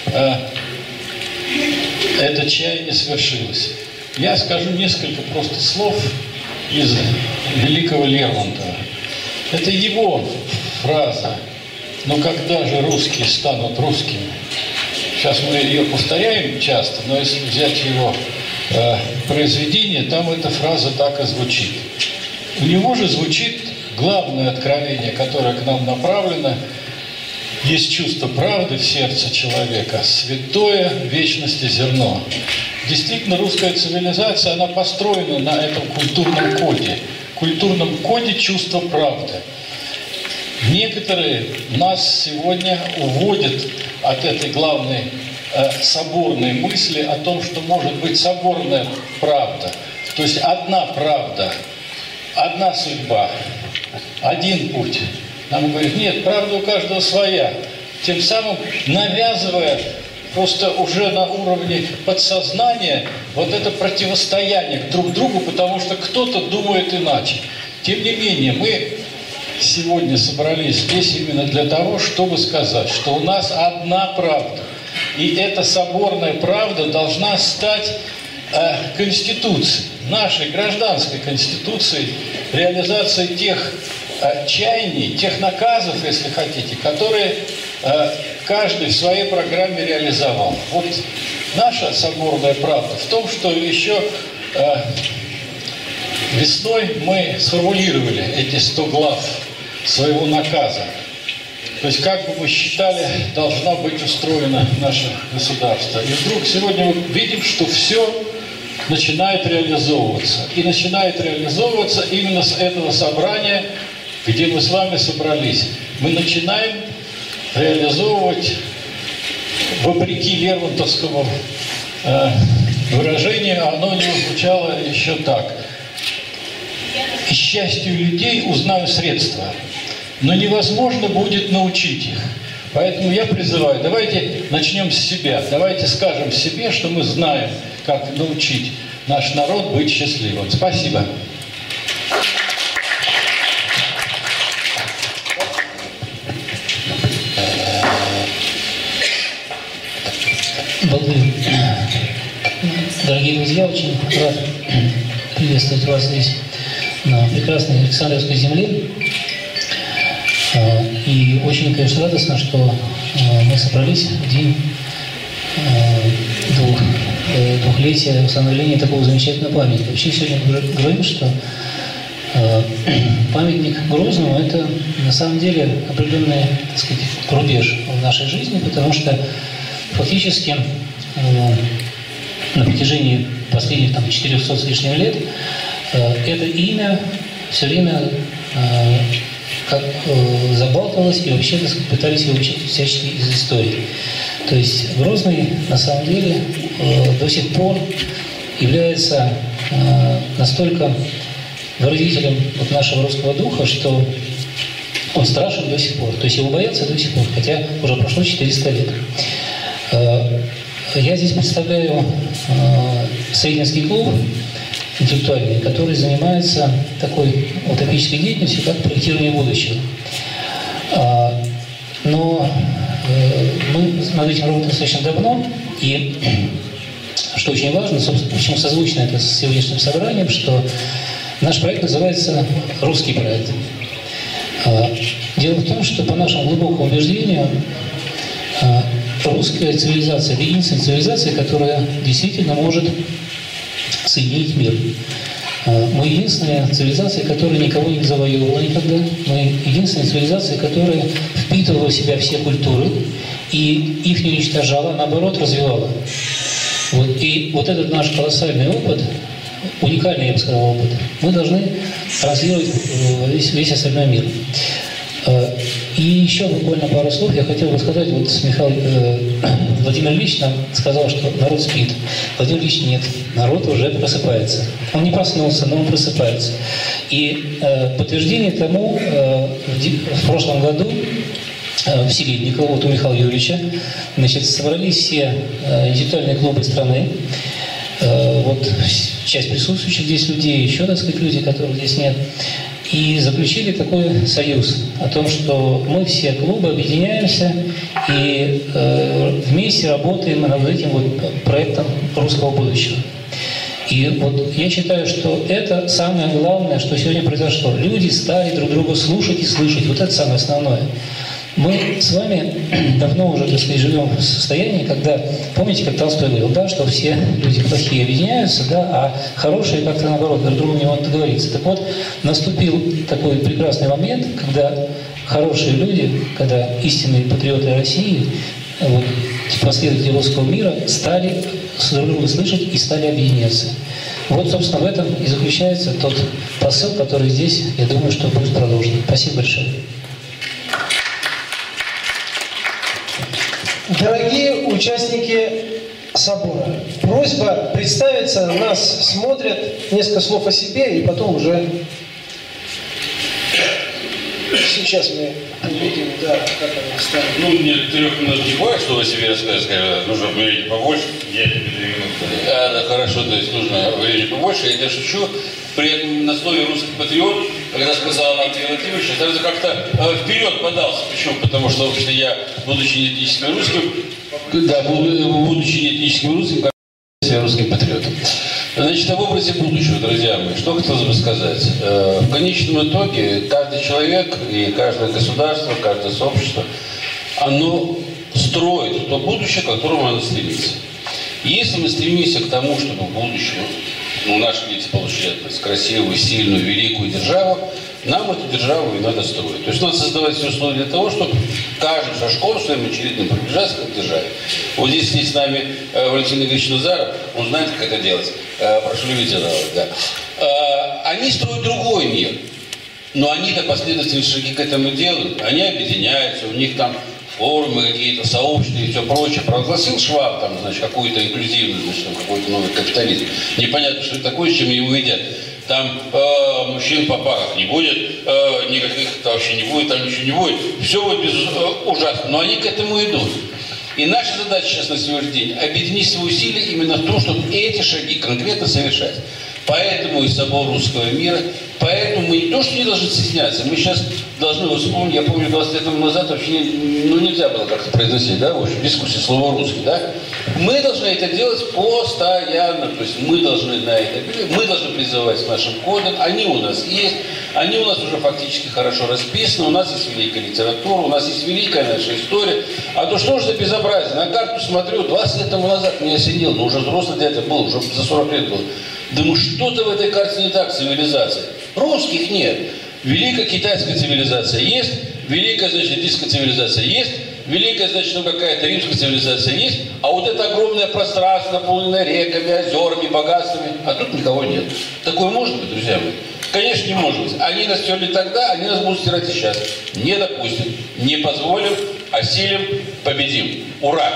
это чаяние свершилось. Я скажу несколько просто слов из великого Лермонтова. Это его фраза «Но когда же русские станут русскими?» Сейчас мы ее повторяем часто, но если взять его произведение, там эта фраза так и звучит. У него же звучит главное откровение, которое к нам направлено: есть чувство правды в сердце человека, святое вечности зерно. Действительно, русская цивилизация, она построена на этом культурном коде чувства правды. Некоторые нас сегодня уводят от этой главной соборной мысли о том, что может быть соборная правда. То есть одна правда, одна судьба, один путь. Нам говорят, нет, правда у каждого своя. Тем самым навязывая просто уже на уровне подсознания вот это противостояние друг другу, потому что кто-то думает иначе. Тем не менее, мы сегодня собрались здесь именно для того, чтобы сказать, что у нас одна правда. И эта соборная правда должна стать Конституцией, нашей гражданской Конституцией, реализацией тех чаяний, тех наказов, если хотите, которые каждый в своей программе реализовал. Вот наша соборная правда в том, что еще весной мы сформулировали эти 100 глав своего наказа. То есть, как бы мы считали, должно быть устроено наше государство. И вдруг сегодня мы видим, что все начинает реализовываться. И начинает реализовываться именно с этого собрания, где мы с вами собрались. Мы начинаем реализовывать, вопреки лермонтовскому выражению, оно не звучало еще так: «И счастью людей узнаю средства, но невозможно будет научить их». Поэтому я призываю, давайте начнем с себя, давайте скажем себе, что мы знаем, как научить наш народ быть счастливым. Спасибо. Благодарю. Дорогие друзья, очень рад приветствовать вас здесь, на прекрасной Александровской земле. И очень, конечно, радостно, что мы собрались в день двухлетия установления такого замечательного памятника. Вообще сегодня говорим, что памятник Грозному – это на самом деле определенный, так сказать, рубеж в нашей жизни, потому что фактически на протяжении последних 400 с лишним лет это имя все время как забалтывалось и вообще, так сказать, пытались выучить всячески из истории. То есть Грозный на самом деле до сих пор является настолько выразителем вот нашего русского духа, что он страшен до сих пор. То есть его боятся до сих пор, хотя уже прошло 400 лет. Я здесь представляю Сретенский клуб интеллектуальный, который занимается такой утопической деятельностью, как проектирование будущего. Но мы над этим работаем достаточно давно, и что очень важно, собственно, почему созвучно это с сегодняшним собранием, что Наш проект называется «Русский проект». Дело в том, что по нашему глубокому убеждению русская цивилизация – это единственная цивилизация, которая действительно может соединить мир. Мы единственная цивилизация, которая никого не завоевывала никогда. Мы единственная цивилизация, которая впитывала в себя все культуры и их не уничтожала, а наоборот развивала. И вот этот наш колоссальный опыт, уникальный, я бы сказал, опыт, мы должны транслировать весь остальной мир. И еще буквально пару слов я хотел бы сказать. Вот Владимир Ильич нам сказал, что народ спит. Владимир Ильич нет, народ уже просыпается. Он не проснулся, но он просыпается. И подтверждение тому в прошлом году в Селедниково, вот у Михаила Юрьевича, значит, собрались все интеллектуальные клубы страны. Вот часть присутствующих здесь людей, еще, так сказать, люди, которых здесь нет. И заключили такой союз о том, что мы все клубы объединяемся и вместе работаем над этим вот проектом русского будущего. И вот я считаю, что это самое главное, что сегодня произошло. Люди стали друг друга слушать и слышать. Вот это самое основное. Мы с вами давно уже, так сказать, живем в состоянии, когда, помните, как Толстой говорил, да, что все люди плохие объединяются, да, а хорошие как-то наоборот друг другу не могут договориться. Так вот, наступил такой прекрасный момент, когда хорошие люди, когда истинные патриоты России, вот, последователи русского мира, стали друг друга слышать и стали объединяться. Вот, собственно, в этом и заключается тот посыл, который здесь, я думаю, что будет продолжен. Спасибо большое. Дорогие участники собора, просьба представиться, нас смотрят, несколько слов о себе, и потом уже сейчас мы увидим, да, как она станет. Ну, мне 3 минут не хватит, чтобы о себе рассказать, нужно времени побольше. Я тебе 2 минуты. Да, хорошо, то есть нужно времени побольше, я шучу. При этом на слове «русский патриот», когда сказал Анатолий Владимирович, сразу как-то вперед подался. Почему? Потому что, вообще, я, будучи неэтническим русским, я русским патриотом. Значит, об образе будущего, друзья мои, что хотелось бы сказать. В конечном итоге каждый человек и каждое государство, каждое сообщество, оно строит то будущее, к которому оно стремится. И если мы стремимся к тому, чтобы в будущем наши дети получали красивую, сильную, великую державу, нам эту державу и надо строить. То есть надо создавать все условия для того, чтобы каждым шажком своим очередным приближаться к державе. Вот здесь с нами Валентин Игоревич Назаров, он знает, как это делать. Прошу любить это, да. Они строят другой мир, но они-то последовательные шаги к этому делают. Они объединяются, у них там форумы какие-то, сообщества и все прочее. Провозгласил Шваб там, значит, какую-то инклюзивную, значит, какой-то новый капитализм. Непонятно, что это такое, с чем его едят. Там мужчин по парах не будет, никаких вообще не будет, там ничего не будет. Все будет ужасно, но они к этому идут. И наша задача сейчас на сегодняшний день – объединить свои усилия именно в том, чтобы эти шаги конкретно совершать. Поэтому и собор русского мира, поэтому мы не то, что не должны стесняться, мы сейчас должны вспомнить, я помню, 20 лет назад вообще нельзя было как-то произносить, да, в общем, дискуссии слово «русский», да. Мы должны это делать постоянно, то есть мы должны на это, мы должны призывать к нашим кодам, они у нас есть, они у нас уже фактически хорошо расписаны, у нас есть великая литература, у нас есть великая наша история. А то что же за безобразие? На карту смотрю, 20 лет тому назад меня сидел, но уже взрослый дядя был, уже за 40 лет был. Думаю, что-то в этой карте не так, цивилизация. Русских нет. Великая китайская цивилизация есть, великая, значит, индийская цивилизация есть, великая, значит, ну какая-то римская цивилизация есть, а вот это огромное пространство, наполненное реками, озерами, богатствами, а тут никого нет. Такое может быть, друзья мои? Конечно, не может быть. Они нас стерли тогда, они нас будут стирать и сейчас. Не допустим, не позволим, осилим, победим. Ура!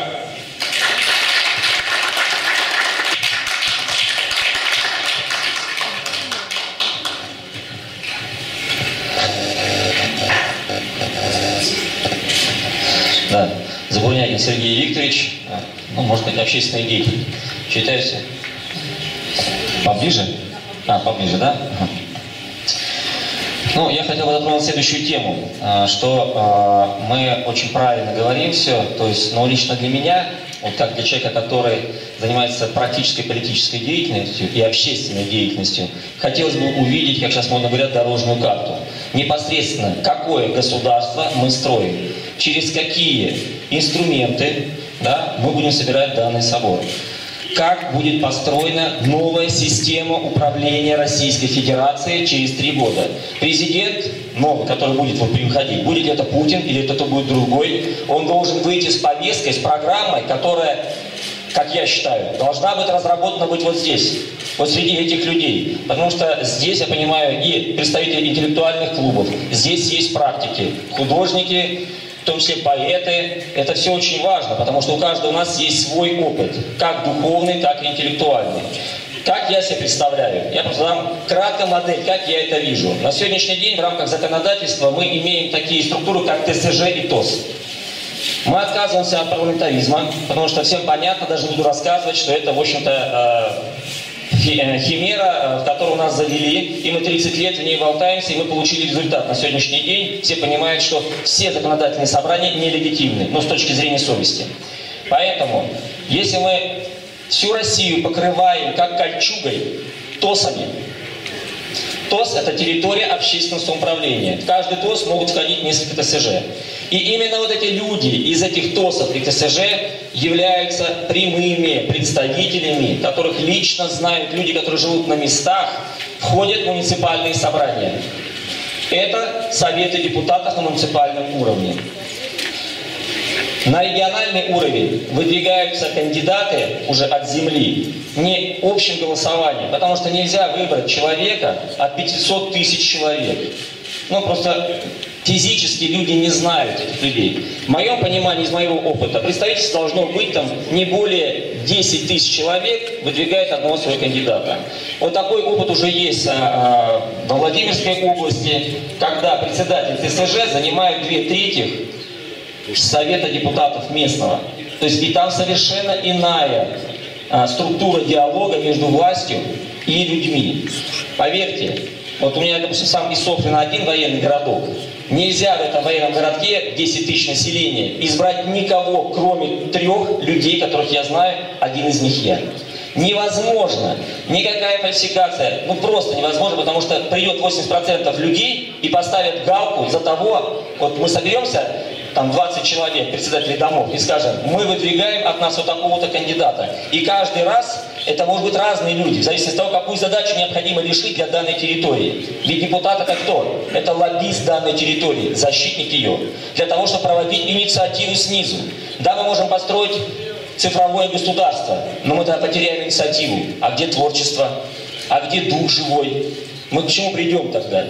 Да. Забурнякин Сергей Викторович, ну, можно сказать, общественный деятель. Считается? Поближе? Поближе, да? Ну, я хотел бы затронуть следующую тему, что мы очень правильно говорим все, то есть, ну, лично для меня, вот как для человека, который занимается практической политической деятельностью и общественной деятельностью, хотелось бы увидеть, как сейчас модно говорят, дорожную карту. Непосредственно, какое государство мы строим, через какие инструменты, да, мы будем собирать данный собор. Как будет построена новая система управления Российской Федерацией через 3 года. Президент новый, который будет приходить, будет ли это Путин или это будет другой, он должен выйти с повесткой, с программой, которая, как я считаю, должна быть разработана быть вот здесь, вот среди этих людей. Потому что здесь, я понимаю, и представители интеллектуальных клубов, здесь есть практики, художники, в том числе поэты. Это все очень важно, потому что у каждого у нас есть свой опыт, как духовный, так и интеллектуальный. Как я себе представляю? Я просто дам краткую модель, как я это вижу. На сегодняшний день в рамках законодательства мы имеем такие структуры, как ТСЖ и ТОС. Мы отказываемся от парламентаризма, потому что всем понятно, даже не буду рассказывать, что это, в общем-то, химера, в которую нас завели, и мы 30 лет в ней болтаемся, и мы получили результат. На сегодняшний день все понимают, что все законодательные собрания нелегитимны, но с точки зрения совести. Поэтому, если мы всю Россию покрываем как кольчугой, ТОСами, ТОС – это территория общественного самоуправления. В каждый ТОС могут входить несколько ТСЖ. И именно вот эти люди из этих ТОСов и ТСЖ являются прямыми представителями, которых лично знают люди, которые живут на местах, входят в муниципальные собрания. Это советы депутатов на муниципальном уровне. На региональный уровень выдвигаются кандидаты уже от земли, не общим голосованием, потому что нельзя выбрать человека от 500 тысяч человек. Ну, просто физически люди не знают этих людей. В моем понимании, из моего опыта, представительство должно быть там не более 10 тысяч человек, выдвигает одного своего кандидата. Вот такой опыт уже есть во Владимирской области, когда председатель ТСЖ занимает 2/3 Совета депутатов местного. То есть и там совершенно иная структура диалога между властью и людьми. Поверьте, вот у меня, допустим, сам Исофлин один военный городок. Нельзя в этом военном городке 10 тысяч населения избрать никого, кроме 3 людей, которых я знаю, один из них я. Невозможно. Никакая фальсификация. Ну просто невозможно, потому что придет 80% людей и поставят галку из-за того, вот мы соберемся, там 20 человек, председателей домов, и скажем, мы выдвигаем от нас вот такого-то кандидата. И каждый раз это может быть разные люди, в зависимости от того, какую задачу необходимо решить для данной территории. Ведь депутат это кто? Это лоббист данной территории, защитник ее. Для того, чтобы проводить инициативу снизу. Да, мы можем построить цифровое государство, но мы тогда потеряем инициативу. А где творчество? А где дух живой? Мы к чему придем тогда?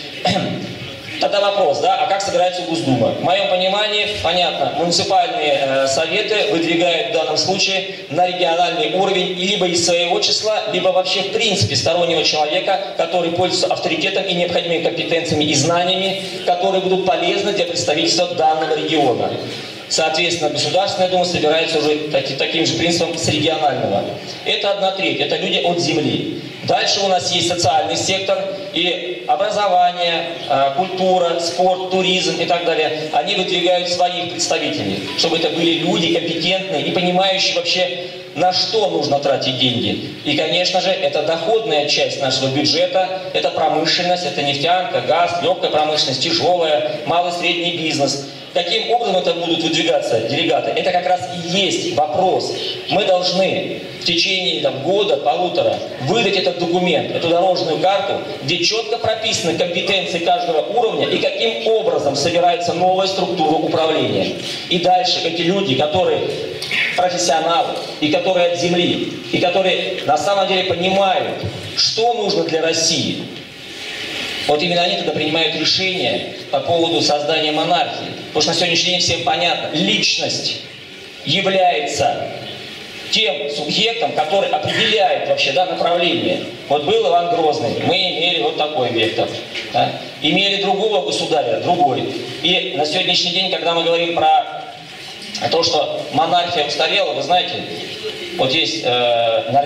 Тогда вопрос, да, а как собирается Госдума? В моем понимании, понятно, муниципальные советы выдвигают в данном случае на региональный уровень либо из своего числа, либо вообще в принципе стороннего человека, который пользуется авторитетом и необходимыми компетенциями и знаниями, которые будут полезны для представительства данного региона. Соответственно, Государственная Дума собирается уже таким же принципом с регионального. Это 1/3, это люди от земли. Дальше у нас есть социальный сектор и образование, культура, спорт, туризм и так далее. Они выдвигают своих представителей, чтобы это были люди компетентные и понимающие вообще, на что нужно тратить деньги. И, конечно же, это доходная часть нашего бюджета, это промышленность, это нефтянка, газ, легкая промышленность, тяжелая, малый и средний бизнес. Каким образом это будут выдвигаться делегаты? Это как раз и есть вопрос. Мы должны в течение года-полутора выдать этот документ, эту дорожную карту, где четко прописаны компетенции каждого уровня и каким образом собирается новая структура управления. И дальше эти люди, которые профессионалы, и которые от земли, и которые на самом деле понимают, что нужно для России, вот именно они тогда принимают решения по поводу создания монархии. Потому что на сегодняшний день всем понятно, личность является тем субъектом, который определяет вообще направление. Вот был Иван Грозный, мы имели вот такой вектор. Да? Имели другого государя, другой. И на сегодняшний день, когда мы говорим про то, что монархия устарела, вы знаете, вот есть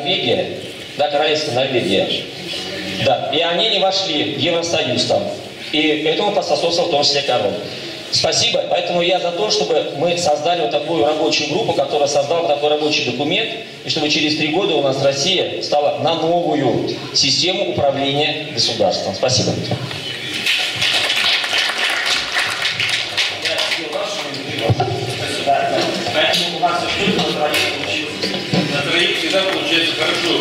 Норвегия, да, королевство Норвегия. Да, и они не вошли в Евросоюз там. И этому поспособствовал в том числе король. Спасибо. Поэтому я за то, чтобы мы создали вот такую рабочую группу, которая создала такой рабочий документ, и чтобы через 3 года у нас Россия стала на новую систему управления государством. Спасибо. Поэтому у нас на троих всегда получается хорошо.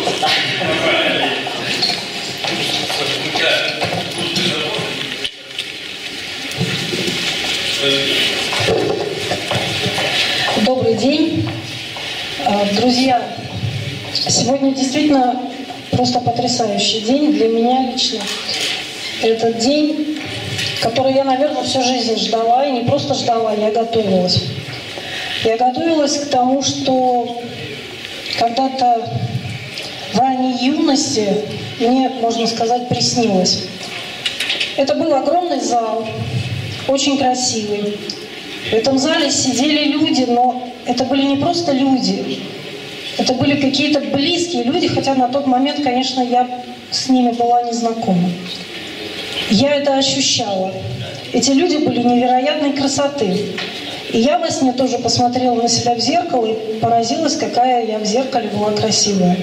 Добрый день. Друзья, сегодня действительно просто потрясающий день для меня лично. Это день, который я, наверное, всю жизнь ждала, и не просто ждала, я готовилась. Я готовилась к тому, что когда-то в ранней юности мне, можно сказать, приснилось. Это был огромный зал, очень красивый. В этом зале сидели люди, но это были не просто люди, это были какие-то близкие люди, хотя на тот момент, конечно, я с ними была не знакома. Я это ощущала. Эти люди были невероятной красоты. И я во сне тоже посмотрела на себя в зеркало и поразилась, какая я в зеркале была красивая.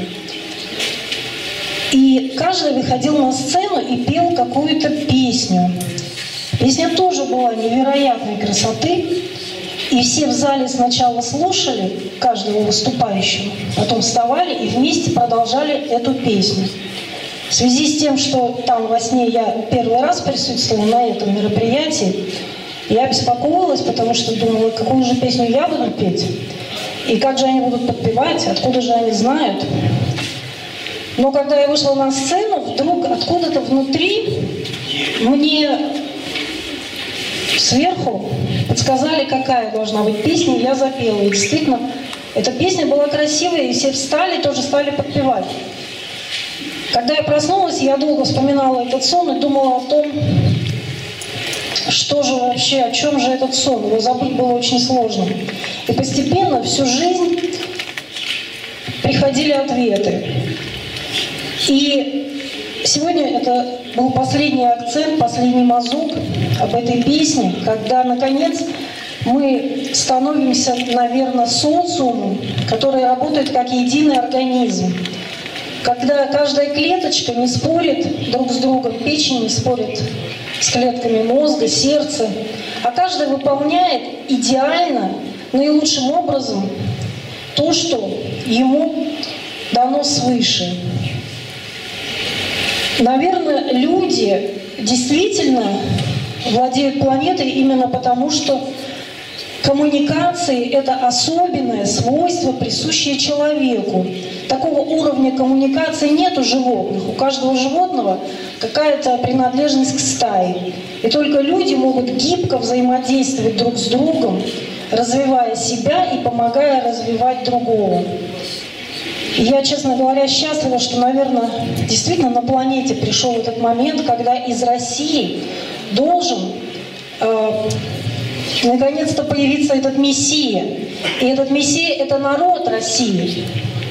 И каждый выходил на сцену и пел какую-то песню. Песня тоже была невероятной красоты. И все в зале сначала слушали каждого выступающего, потом вставали и вместе продолжали эту песню. В связи с тем, что там во сне я первый раз присутствовала на этом мероприятии, я беспокоилась, потому что думала, какую же песню я буду петь, и как же они будут подпевать, откуда же они знают. Но когда я вышла на сцену, вдруг откуда-то внутри мне сверху подсказали, какая должна быть песня, и я запела. И действительно, эта песня была красивая, и все встали, тоже стали подпевать. Когда я проснулась, я долго вспоминала этот сон и думала о том, что же вообще, о чем же этот сон. Его забыть было очень сложно. И постепенно всю жизнь приходили ответы. И сегодня это был последний акцент, последний мазок об этой песне, когда, наконец, мы становимся, наверное, социумом, который работает как единый организм. Когда каждая клеточка не спорит друг с другом, печень не спорит с клетками мозга, сердца, а каждый выполняет идеально, наилучшим образом то, что ему дано свыше. Наверное, люди действительно владеют планетой именно потому, что коммуникации – это особенное свойство, присущее человеку. Такого уровня коммуникации нет у животных. У каждого животного какая-то принадлежность к стае. И только люди могут гибко взаимодействовать друг с другом, развивая себя и помогая развивать другого. И я, честно говоря, счастлива, что, наверное, действительно на планете пришел этот момент, когда из России должен наконец-то появиться этот Мессия. И этот Мессия – это народ России.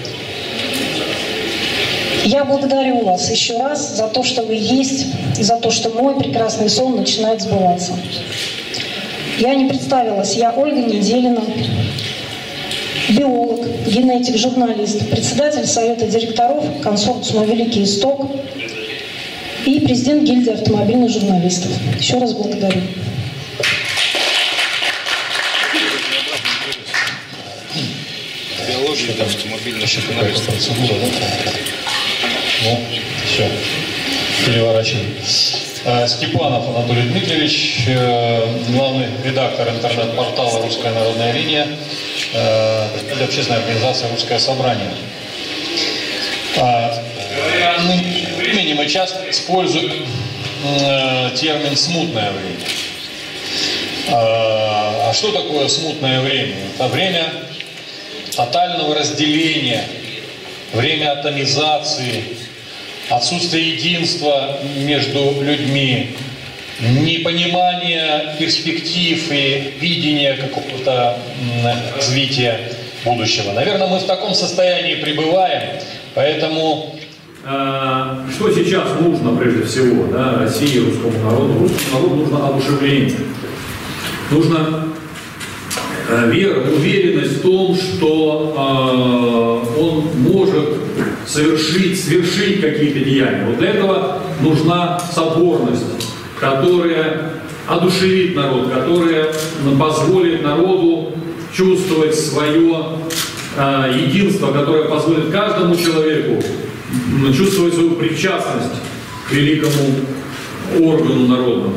Я благодарю вас еще раз за то, что вы есть, и за то, что мой прекрасный сон начинает сбываться. Я не представилась. Я Ольга Неделина, биолог, генетик, журналист, председатель Совета директоров консорциума «Великий Исток» и президент гильдии автомобильных журналистов. Еще раз благодарю. Биология, да, автомобильных журналистов. Ну, все, переворачиваем. Степанов Анатолий Дмитриевич, главный редактор интернет-портала «Русская народная линия» и общественная организация «Русское собрание». В времени мы часто используем термин «смутное время». А что такое смутное время? Это время тотального разделения, время атомизации, отсутствие единства между людьми, непонимание перспектив и видения какого-то развития будущего. Наверное, мы в таком состоянии пребываем, поэтому что сейчас нужно прежде всего, да, России, русскому народу? Русскому народу нужно одушевление. Нужно вера, уверенность в том, что он может свершить какие-то деяния. Вот для этого нужна соборность, которая одушевит народ, которая позволит народу чувствовать свое единство, которое позволит каждому человеку чувствовать свою причастность к великому органу народному.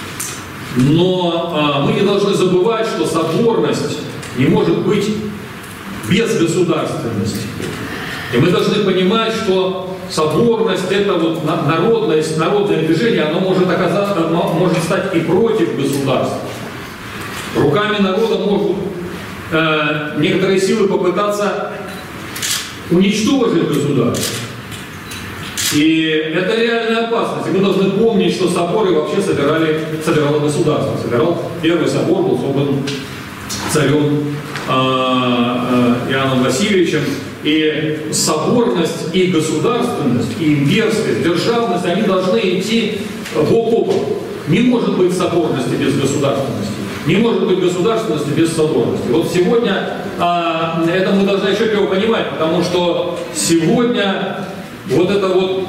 Но мы не должны забывать, что соборность не может быть без государственности. И мы должны понимать, что соборность, это вот народное движение, оно может стать и против государства. Руками народа могут некоторые силы попытаться уничтожить государство. И это реальная опасность. И мы должны помнить, что соборы вообще собирало государство. Первый собор был собран царем Иоанном Васильевичем. И соборность, и государственность, и имперскость, державность, они должны идти бок о бок. Не может быть соборности без государственности. Не может быть государственности без соборности. Вот сегодня это мы должны отчетливо понимать, потому что сегодня вот эта вот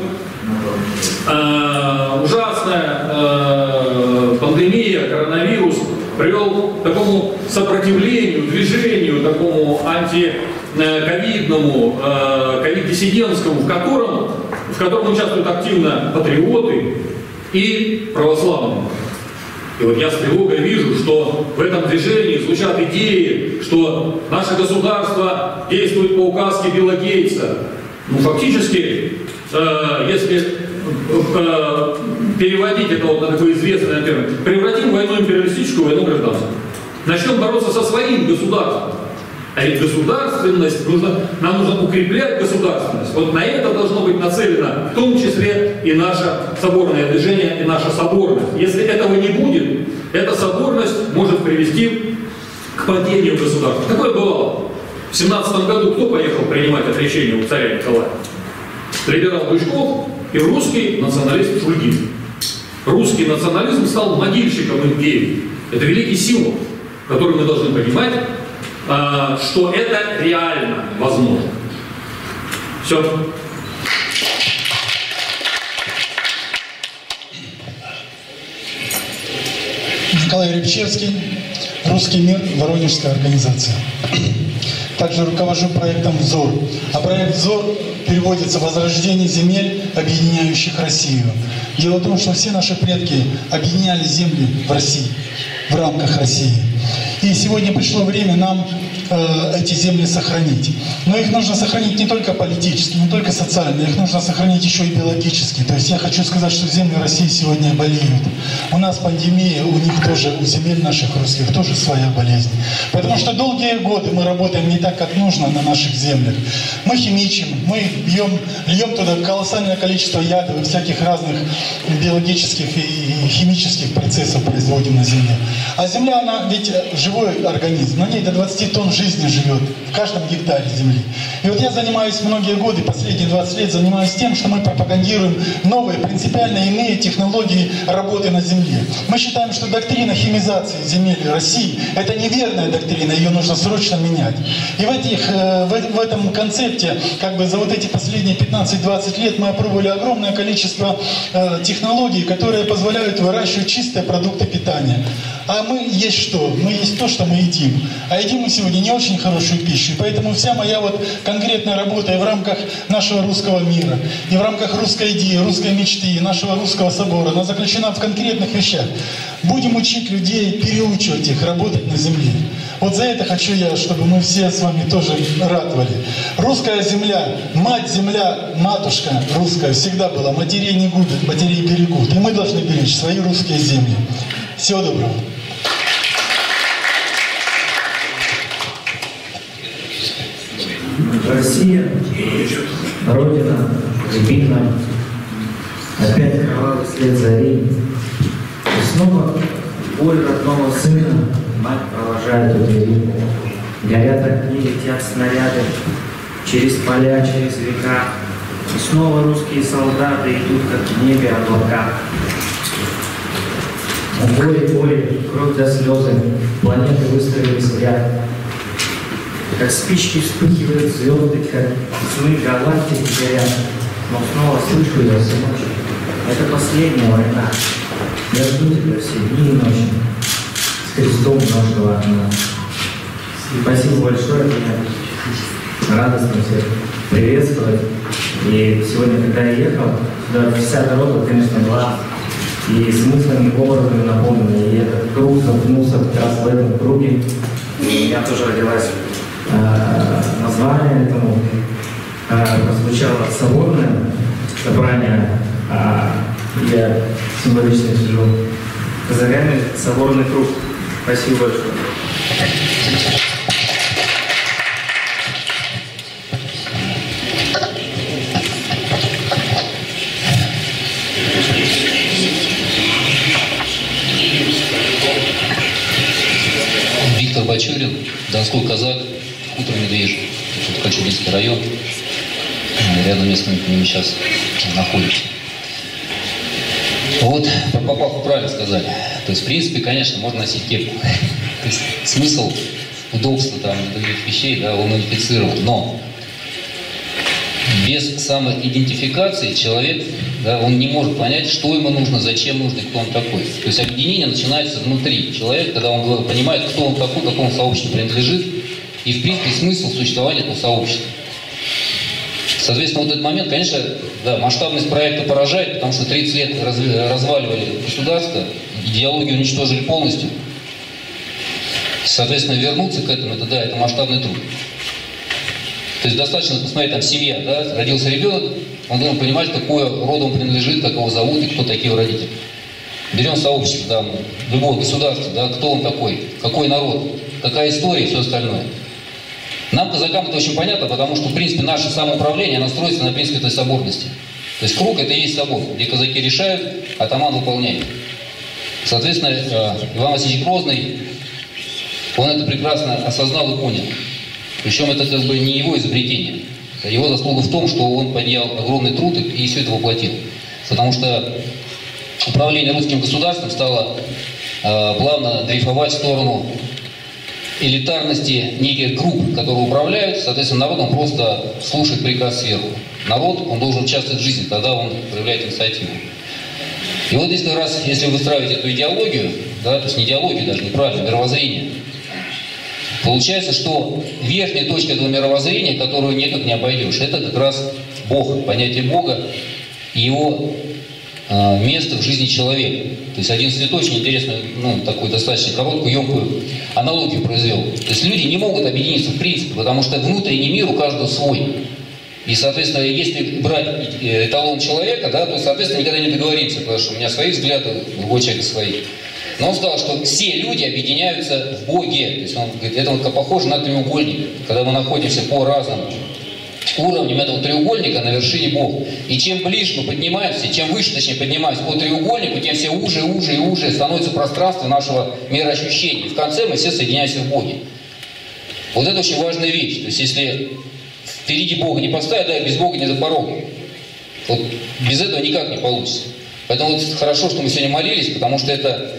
ужасная пандемия, коронавирус привел к такому сопротивлению, движению, такому антиковидному, ковид-диссидентскому, в котором участвуют активно патриоты и православные. И вот я с тревогой вижу, что в этом движении звучат идеи, что наше государство действует по указке Билла Гейтса. Ну, фактически, если переводить это вот на такой известный термин, превратим войну империалистическую в войну гражданскую. Начнем бороться со своим государством. А ведь государственность, нам нужно укреплять государственность. Вот на это должно быть нацелено в том числе и наше соборное движение, и наша соборность. Если этого не будет, эта соборность может привести к падению государства. Такое бывало. В 17 году кто поехал принимать отречение у царя Николая? Либерал Бычков и русский националист Шульгин. Русский национализм стал могильщиком империи. Это великий символ, который мы должны понимать, что это реально возможно. Все. Николай Рябчевский, «Русский мир», Воронежская организация. Также руковожу проектом «Взор». А проект «Взор» переводится «Возрождение земель, объединяющих Россию». Дело в том, что все наши предки объединяли земли в России, в рамках России. И сегодня пришло время нам эти земли сохранить. Но их нужно сохранить не только политически, не только социально, их нужно сохранить еще и биологически. То есть я хочу сказать, что земли России сегодня болеют. У нас пандемия, у них тоже, у земель наших русских тоже своя болезнь. Потому что долгие годы мы работаем не так, как нужно на наших землях. Мы химичим, мы льем туда колоссальное количество ядов и всяких разных биологических и химических процессов производим на земле. А земля, она ведь живой организм, на ней до 20 тонн жизни живет в каждом гектаре земли. И вот я занимаюсь многие годы, последние 20 лет занимаюсь тем, что мы пропагандируем новые, принципиально иные технологии работы на земле. Мы считаем, что доктрина химизации земель России – это неверная доктрина, ее нужно срочно менять. И в этом концепте, как бы за вот эти последние 15-20 лет мы опробовали огромное количество технологий, которые позволяют выращивать чистые продукты питания. А мы есть что? Мы есть то, что мы едим. А едим мы сегодня не очень хорошую пищу. И поэтому вся моя вот конкретная работа и в рамках нашего русского мира, и в рамках русской идеи, русской мечты, нашего русского собора, она заключена в конкретных вещах. Будем учить людей, переучивать их, работать на земле. Вот за это хочу я, чтобы мы все с вами тоже ратовали. Русская земля, мать-земля, матушка русская всегда была. Матерей не губят, матерей берегут. И мы должны беречь свои русские земли. Всего доброго. Россия, Родина, любит нам. Опять кровавый след зари. И снова боль родного сына мать провожает у двери. Горят огни, летят снаряды. Через поля, через века И снова русские солдаты идут, как в небе облака. Горе, кровь до слезы, планеты выстроились в ряд. Как спички вспыхивают звезды, как сны галактик горят. Но снова слышу я всю ночь. Это последняя война. Я жду тебя все дни и ночи. С крестом множеного окна. Спасибо большое, меня радостно всех приветствовать. И сегодня, когда я ехал, сюда вся дорога, конечно, была и смыслами, образами наполнена. И этот круг замкнулся как раз в этом круге. И у меня тоже родилось название этому. Прозвучало соборное собрание. Я символично сижу. За вами соборный круг. Спасибо большое. Виктор Бачурин, Донской казак, Хутор Медвежий. Это Кольчугинский район. Рядом место к ним сейчас находится. Вот про Попаху правильно сказали. То есть, в принципе, конечно, можно носить кепку. То есть, смысл, удобство там, других вещей, да, он унифицирован. Но без самоидентификации человек, да, он не может понять, что ему нужно, зачем нужно и кто он такой. То есть объединение начинается внутри человека, когда он понимает, кто он такой, какому сообществу принадлежит, и, в принципе, смысл существования этого сообщества. Соответственно, вот этот момент, конечно, да, масштабность проекта поражает, потому что 30 лет разваливали государство, идеологию уничтожили полностью. Соответственно, вернуться к этому, это, да, это масштабный труд. То есть достаточно посмотреть, там семья, да, родился ребенок, он должен понимать, какой род он принадлежит, как его зовут и кто такие его родители. Берем сообщество, да, любое государство, да, кто он такой, какой народ, какая история и все остальное. Нам, казакам, это очень понятно, потому что, в принципе, наше самоуправление, оно строится на принципе этой соборности. То есть круг – это и есть собор, где казаки решают, атаман выполняет. Соответственно, Иван Васильевич Грозный, он это прекрасно осознал и понял. Причем это как бы не его изобретение. Его заслуга в том, что он поднял огромный труд и все это воплотил. Потому что управление русским государством стало плавно дрейфовать в сторону элитарности неких групп, которые управляют. Соответственно, народ, он просто слушает приказ сверху. Народ, он должен участвовать в жизни, тогда он проявляет инициативу. И вот здесь как раз, если выстраивать эту идеологию, да, то есть не идеологию даже, неправильно, мировоззрение, получается, что верхняя точка этого мировоззрения, которую никак не обойдешь, это как раз Бог, понятие Бога и его место в жизни человека. То есть один святой очень интересную, такую достаточно короткую, емкую аналогию произвел. То есть люди не могут объединиться в принципе, потому что внутренний мир у каждого свой. И, соответственно, если брать эталон человека, да, то, соответственно, никогда не договоримся, потому что у меня свои взгляды, у другого человека свои. Но он сказал, что все люди объединяются в Боге. То есть он говорит, это вот похоже на треугольник, когда мы находимся по разным уровням этого треугольника на вершине Бога. И чем ближе мы поднимаемся, чем выше, точнее, поднимаемся по треугольнику, тем все уже, уже и уже становится пространство нашего мироощущения. И в конце мы все соединяемся в Боге. Вот это очень важная вещь. То есть если впереди Бога не поставить, да, без Бога не до порога. Вот без этого никак не получится. Поэтому вот хорошо, что мы сегодня молились, потому что это,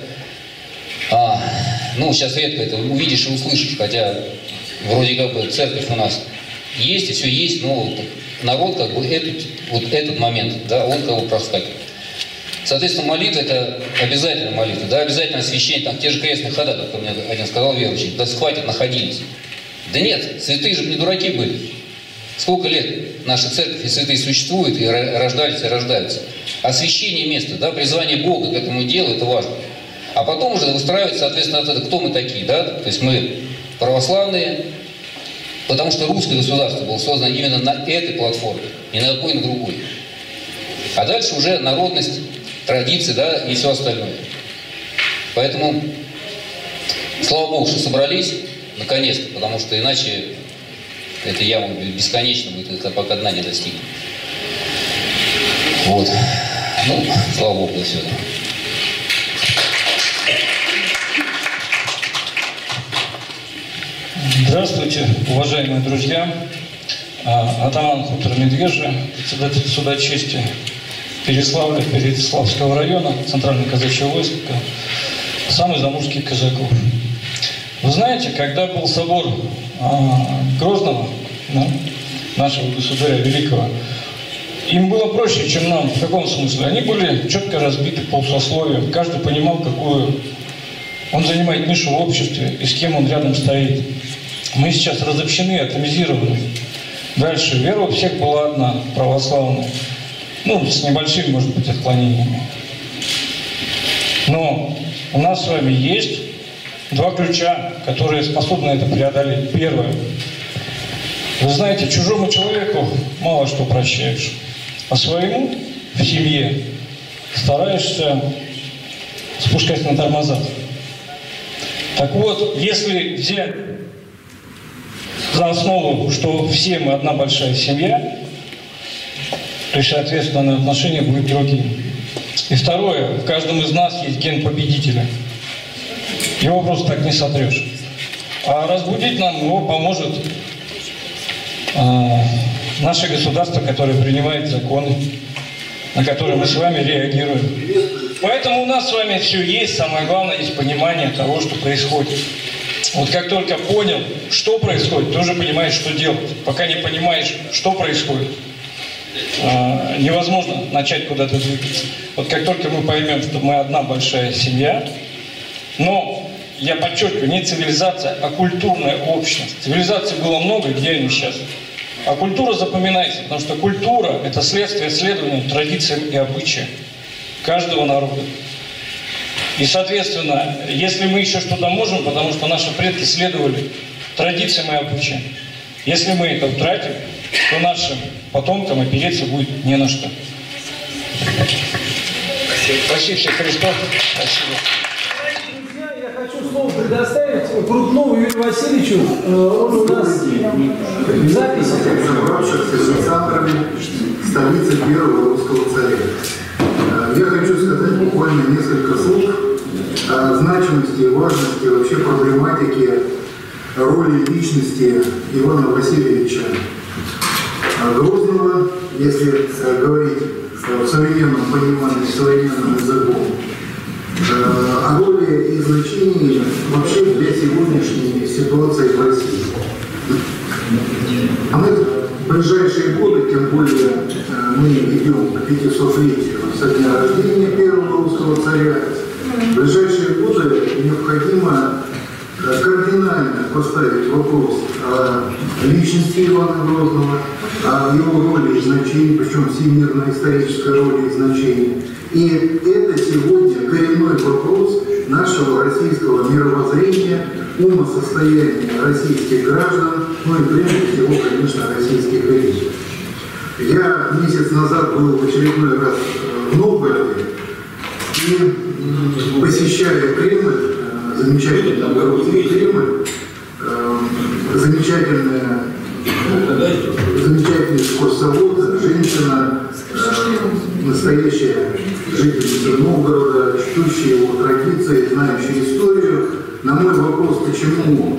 сейчас редко это увидишь и услышишь, хотя вроде как бы церковь у нас есть и все есть, но народ как бы этот момент, да, он как бы проскакивает. Соответственно, молитва – это обязательно молитва, да, обязательно освящение, там, те же крестные хода, как мне один сказал верующий, да хватит, находились. Да нет, святые же не дураки были. Сколько лет наша церковь и святые существуют, и рождались, и рождаются. Освящение места, да, призвание Бога к этому делу – это важно. А потом уже выстраивать, соответственно, это, кто мы такие, да, то есть мы православные, потому что русское государство было создано именно на этой платформе, не на какой, на другой. А дальше уже народность, традиции, да, и все остальное. Поэтому, слава Богу, что собрались, наконец-то, потому что иначе эта яма бесконечно будет, это пока дна не достигнет. Вот. Слава Богу, до всего. Здравствуйте, уважаемые друзья. атаман хутора Медвежья, председатель суда чести Переславля, Переславского района, Центральное казачье войско, самый заморский казаков. Вы знаете, когда был собор Грозного, нашего государя великого, им было проще, чем нам. В каком смысле? Они были четко разбиты по сословиям. Каждый понимал, какую он занимает нишу в обществе и с кем он рядом стоит. Мы сейчас разобщены, атомизированы. Дальше. Вера у всех была одна, православная. Ну, с небольшими, может быть, отклонениями. Но у нас с вами есть два ключа, которые способны это преодолеть. Первое. Вы знаете, чужому человеку мало что прощаешь, а своему в семье стараешься спускать на тормоза. Так вот, если взять за основу, что все мы одна большая семья, то есть, соответственно, отношения будут другими. И второе, в каждом из нас есть ген победителя. Его просто так не сотрешь. А разбудить нам его поможет наше государство, которое принимает законы, на которые мы с вами реагируем. Поэтому у нас с вами все есть, самое главное, есть понимание того, что происходит. Вот как только понял, что происходит, ты уже понимаешь, что делать. Пока не понимаешь, что происходит, невозможно начать куда-то двигаться. Вот как только мы поймем, что мы одна большая семья, но, я подчеркиваю, не цивилизация, а культурная общность. Цивилизаций было много, где они сейчас? А культура запоминается, потому что культура – это следствие следования традициям и обычаям каждого народа. И, соответственно, если мы еще что-то можем, потому что наши предки следовали традициям и обычаям, если мы это утратим, то нашим потомкам опереться будет не на что. Спасибо всех Христов. Спасибо. Друзья, я хочу слово предоставить Крупнову Юрию Васильевичу. Он у нас в записи. Собравшихся с Александрами, столицы первого русского царя. Я хочу сказать буквально несколько слов о значимости и важности вообще проблематики роли личности Ивана Васильевича Грозного, если говорить в современном понимании, современным языком, о роли и значении вообще для сегодняшней ситуации в России. А мы в ближайшие годы, тем более мы идем к 500-летию со дня рождения первого русского царя, в ближайшие годы необходимо кардинально поставить вопрос о личности Ивана Грозного, о его роли и значении, причем всемирно-исторической роли и значении. И это сегодня коренной вопрос нашего российского мировоззрения, умосостояния российских граждан, ну и прежде всего, конечно, российских элит. Я месяц назад был в очередной раз в Новгороде и, посещая Кремль, замечательный новгородский Кремль, замечательный экскурсовод, женщина, настоящая жительница Новгорода, чтущая его традиции, знающая историю. На мой вопрос, почему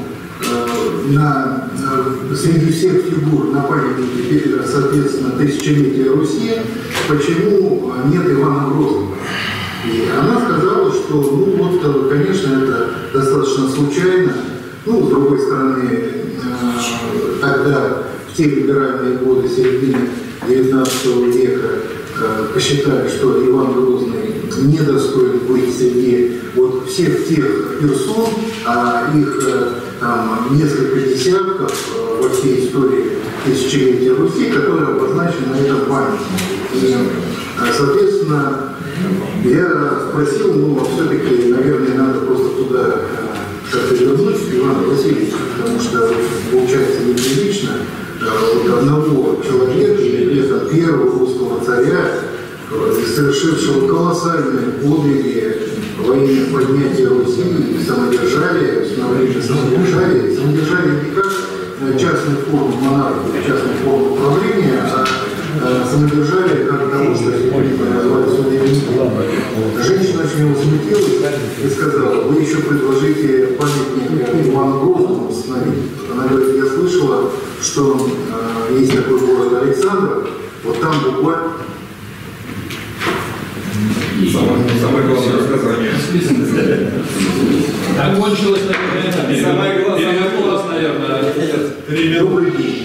среди всех фигур на памятнике, соответственно, тысячелетия Руси, почему нет Ивана Грозного? И она сказала, что, ну вот, конечно, это достаточно случайно. Ну, с другой стороны, тогда, в те либеральные годы, середины XIX века, посчитали, что Иван Грозный недостоин быть среди вот всех тех персон, а их там несколько десятков во всей истории тысячелетия Руси, которые обозначены на этом памятнике. И, соответственно, я спросил, ну, все-таки, наверное, надо просто туда как-то вернуть Ивана Васильевича, потому что получается неприлично вот одного человека, или где-то первого русского царя, совершившего колоссальные подвиги во имя поднятия Руси, самодержавия, установления самодержавия. Самодержавие не как частная форма монархии, частная форма управления, а самодержавие как того, что сегодня называют суверенитетом. Женщина очень его смутилась и сказала: вы еще предложите памятник Ивану Грозному установить. Она говорит: я слышала, что есть такой буква. Самое главное сказание. Окончилось, наверное, самое главное. Перевернулось, наверное. Рублей.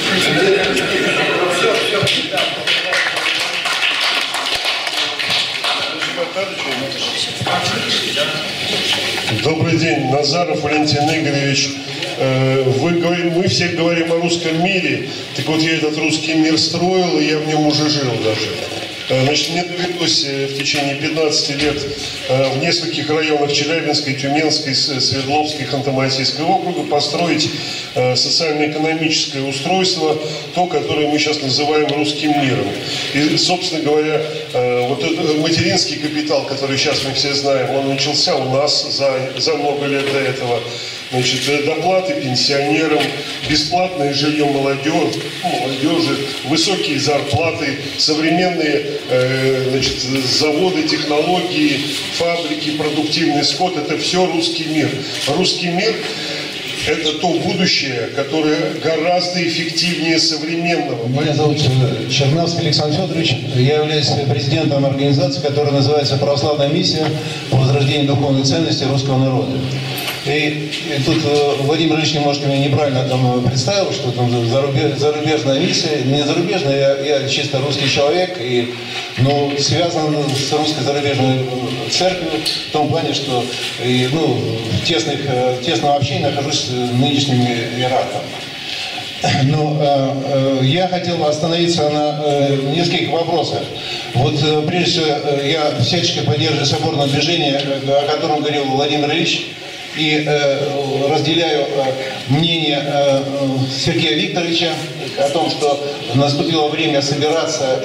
Добрый день, Назаров Валентин Игоревич. Мы все говорим о русском мире, так вот я этот русский мир строил, и я в нем уже жил даже. Значит, мне довелось в течение 15 лет в нескольких районах Челябинской, Тюменской, Свердловской, Ханты-Мансийской округа построить социально-экономическое устройство, то, которое мы сейчас называем русским миром. И, собственно говоря, вот этот материнский капитал, который сейчас мы все знаем, он начался у нас за много лет до этого. Значит, доплаты пенсионерам, бесплатное жилье молодежи, высокие зарплаты, современные значит, заводы, технологии, фабрики, продуктивный скот – это все русский мир. Русский мир – это то будущее, которое гораздо эффективнее современного. Меня зовут Чернавский Александр Федорович. Я являюсь президентом организации, которая называется «Православная миссия по возрождению духовной ценности русского народа». И тут Владимир Ильич немножко меня неправильно там представил, что там зарубежная миссия. Не зарубежная, я чисто русский человек, и, связан с русской зарубежной церковью в том плане, что в тесном общении нахожусь с нынешним иерархом. Но я хотел остановиться на нескольких вопросах. Вот прежде всего я всячески поддерживаю соборное движение, о котором говорил Владимир Ильич. И разделяю мнение Сергея Викторовича о том, что наступило время собираться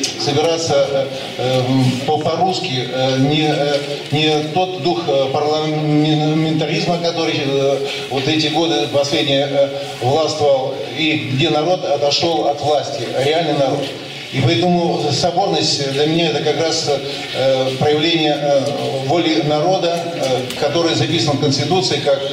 по-русски, не тот дух парламентаризма, который вот эти годы последние властвовал, и где народ отошел от власти, реальный народ. И поэтому соборность для меня это как раз проявление воли народа, который записан в Конституции как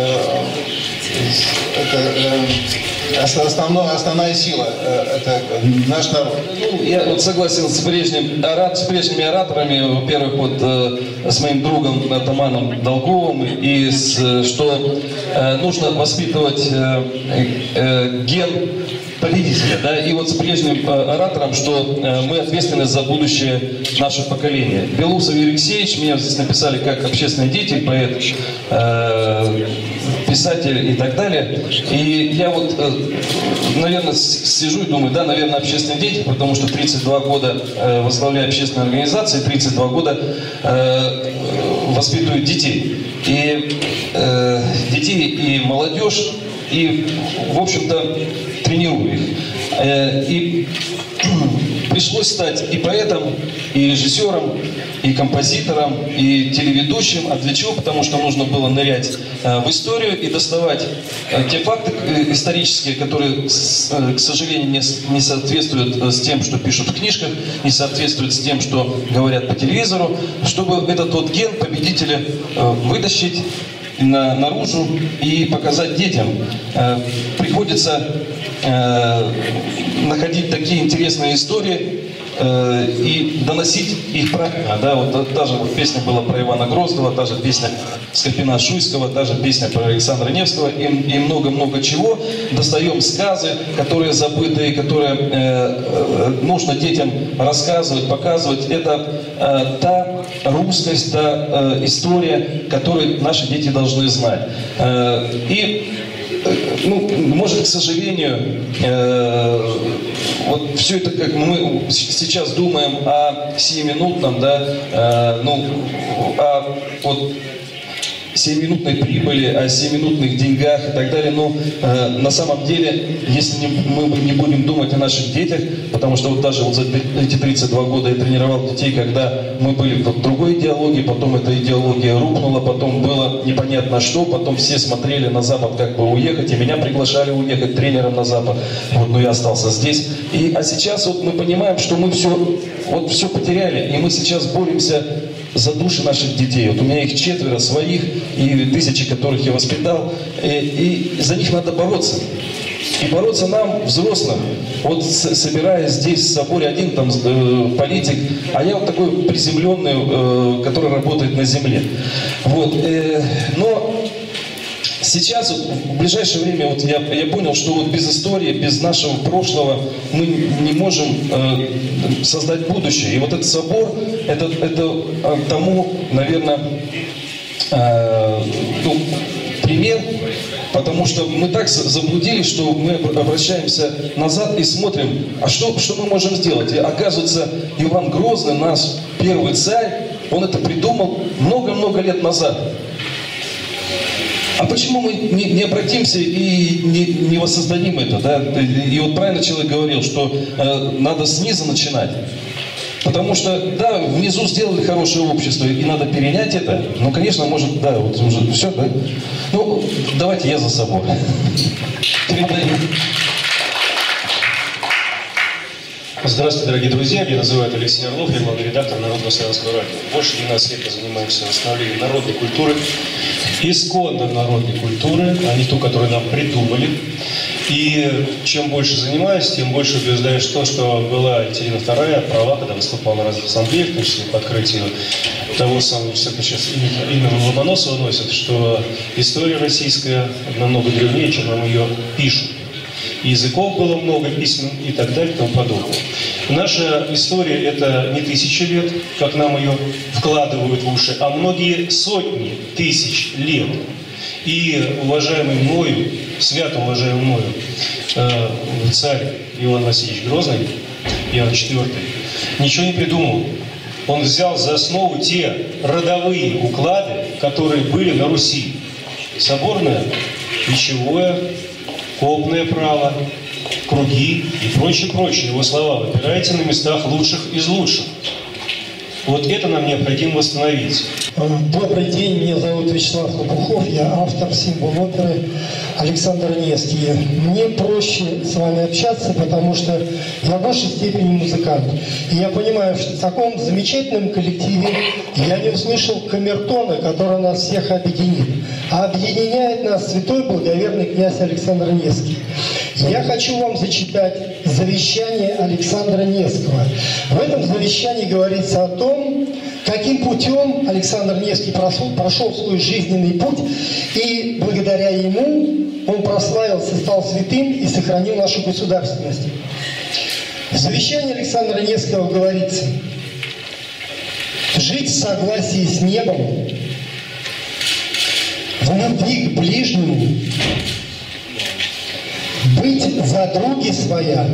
основная сила, это наш народ. Я вот согласен с прежними ораторами, во-первых, с моим другом Атаманом Долговым, и что нужно воспитывать ген победителя, да, и вот с прежним оратором, что мы ответственны за будущее наше поколение. Белоусов Юрий Алексеевич, меня здесь написали как общественный деятель, поэт, писатель и так далее. И я вот, наверное, сижу и думаю, да, наверное, общественный деятель, потому что 32 года возглавляю общественные организации, 32 года воспитываю детей. И детей, и молодежь, и, в общем-то, тренирую их. И пришлось стать и поэтом, и режиссером, и композитором, и телеведущим. А для чего? Потому что нужно было нырять в историю и доставать те факты исторические, которые, к сожалению, не соответствуют с тем, что пишут в книжках, не соответствуют с тем, что говорят по телевизору, чтобы этот вот ген победителя вытащить наружу и показать детям. Приходится находить такие интересные истории и доносить их правильно. Да, вот та же вот песня была про Ивана Грозного, та же песня Скопина-Шуйского, та же песня про Александра Невского и много-много чего. Достаем сказы, которые забытые, которые нужно детям рассказывать, показывать. Это та русскость, та история, которую наши дети должны знать. И может, к сожалению, вот все это, как мы сейчас думаем о сиюминутном, да, о вот 7-минутной прибыли, о 7-минутных деньгах и так далее. Но на самом деле, если мы не будем думать о наших детях, потому что вот даже вот за эти 32 года я тренировал детей, когда мы были в другой идеологии, потом эта идеология рухнула, потом было непонятно что, потом все смотрели на Запад, как бы уехать, и меня приглашали уехать тренером на Запад, вот, но я остался здесь. А сейчас вот мы понимаем, что мы все потеряли, и мы сейчас боремся за души наших детей. Вот у меня их 4 своих, и 1000, которых я воспитал, и за них надо бороться. И бороться нам, взрослым, вот собираясь здесь в соборе, один там политик, а я вот такой приземленный, который работает на земле. Вот, но сейчас, в ближайшее время, вот я понял, что вот без истории, без нашего прошлого мы не можем создать будущее. И вот этот собор, это тому, наверное, пример, потому что мы так заблудились, что мы обращаемся назад и смотрим, а что мы можем сделать? И оказывается, Иван Грозный, наш первый царь, он это придумал много-много лет назад. А почему мы не обратимся и не воссоздадим это? Да? И вот правильно человек говорил, что надо снизу начинать. Потому что, да, внизу сделали хорошее общество, и надо перенять это. Ну, конечно, может, да, вот уже все, да? Ну, давайте я за собой. Здравствуйте, дорогие друзья. Меня называют Алексей Орлов, я главный редактор Народного славянского радио. Больше 12 лет мы занимаемся восстановлением народной культуры, исконной народной культуры, а не ту, которую нам придумали. И чем больше занимаюсь, тем больше убеждаюсь в том, что была Екатерина II права, когда выступала на разных ассамблеях, в том числе по открытию того самого, что сейчас имя Ломоносова носит, что история российская намного древнее, чем нам ее пишут. Языков было много, писем и так далее и тому подобное. Наша история – это не 1000 лет, как нам ее вкладывают в уши, а многие сотни тысяч лет. И уважаемый мною, свято уважаемый мною, царь Иван Васильевич Грозный, Иван IV, ничего не придумал. Он взял за основу те родовые уклады, которые были на Руси. Соборное, бичевое, копное право, круги и прочее. Его слова выбирайте на местах лучших из лучших. Вот это нам необходимо восстановить. Добрый день, меня зовут Вячеслав Лопухов, я автор символ оперы Александр Невский. Мне проще с вами общаться, потому что я в большей степени музыкант. И я понимаю, что в таком замечательном коллективе я не услышал камертона, который нас всех объединит. А объединяет нас святой благоверный князь Александр Невский. Я хочу вам зачитать завещание Александра Невского. В этом завещании говорится о том, каким путем Александр Невский прошел свой жизненный путь, и благодаря ему он прославился, стал святым и сохранил нашу государственность. В завещании Александра Невского говорится: жить в согласии с небом, в любви к ближнему, быть за други своя,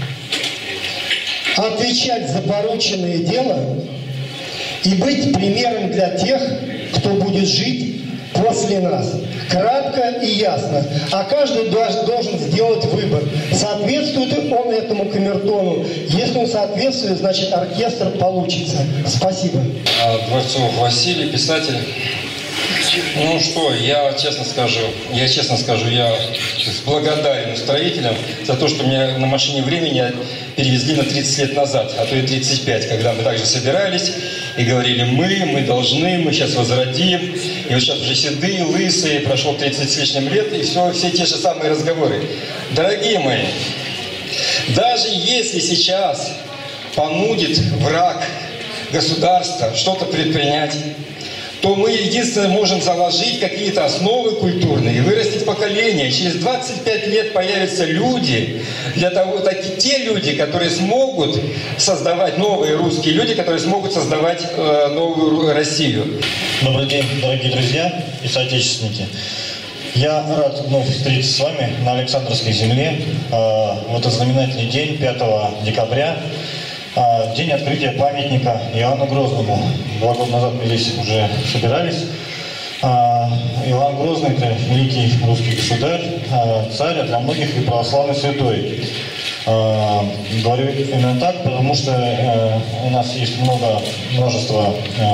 отвечать за порученное дело и быть примером для тех, кто будет жить после нас. Кратко и ясно. А каждый должен сделать выбор. Соответствует он этому камертону? Если он соответствует, значит оркестр получится. Спасибо. Дворцов Василий, писатель. Ну что, я честно скажу, я благодарен строителям за то, что меня на машине времени перевезли на 30 лет назад, а то и 35, когда мы также собирались и говорили, мы должны, мы сейчас возродим. И вот сейчас уже седые, лысые, прошло 30 с лишним лет, и все те же самые разговоры. Дорогие мои, даже если сейчас понудит враг государства что-то предпринять, то мы единственное можем заложить какие-то основы культурные, вырастить поколение. Через 25 лет появятся люди, те люди, которые смогут создавать новые русские люди, которые смогут создавать новую Россию. Добрый день, дорогие друзья и соотечественники. Я рад вновь встретиться с вами на Александровской земле в этот знаменательный день, 5 декабря. День открытия памятника Иоанну Грозному. 2 года назад мы здесь уже собирались. Иоанн Грозный – это великий русский государь, царь, а для многих и православный святой. Говорю именно так, потому что у нас есть множество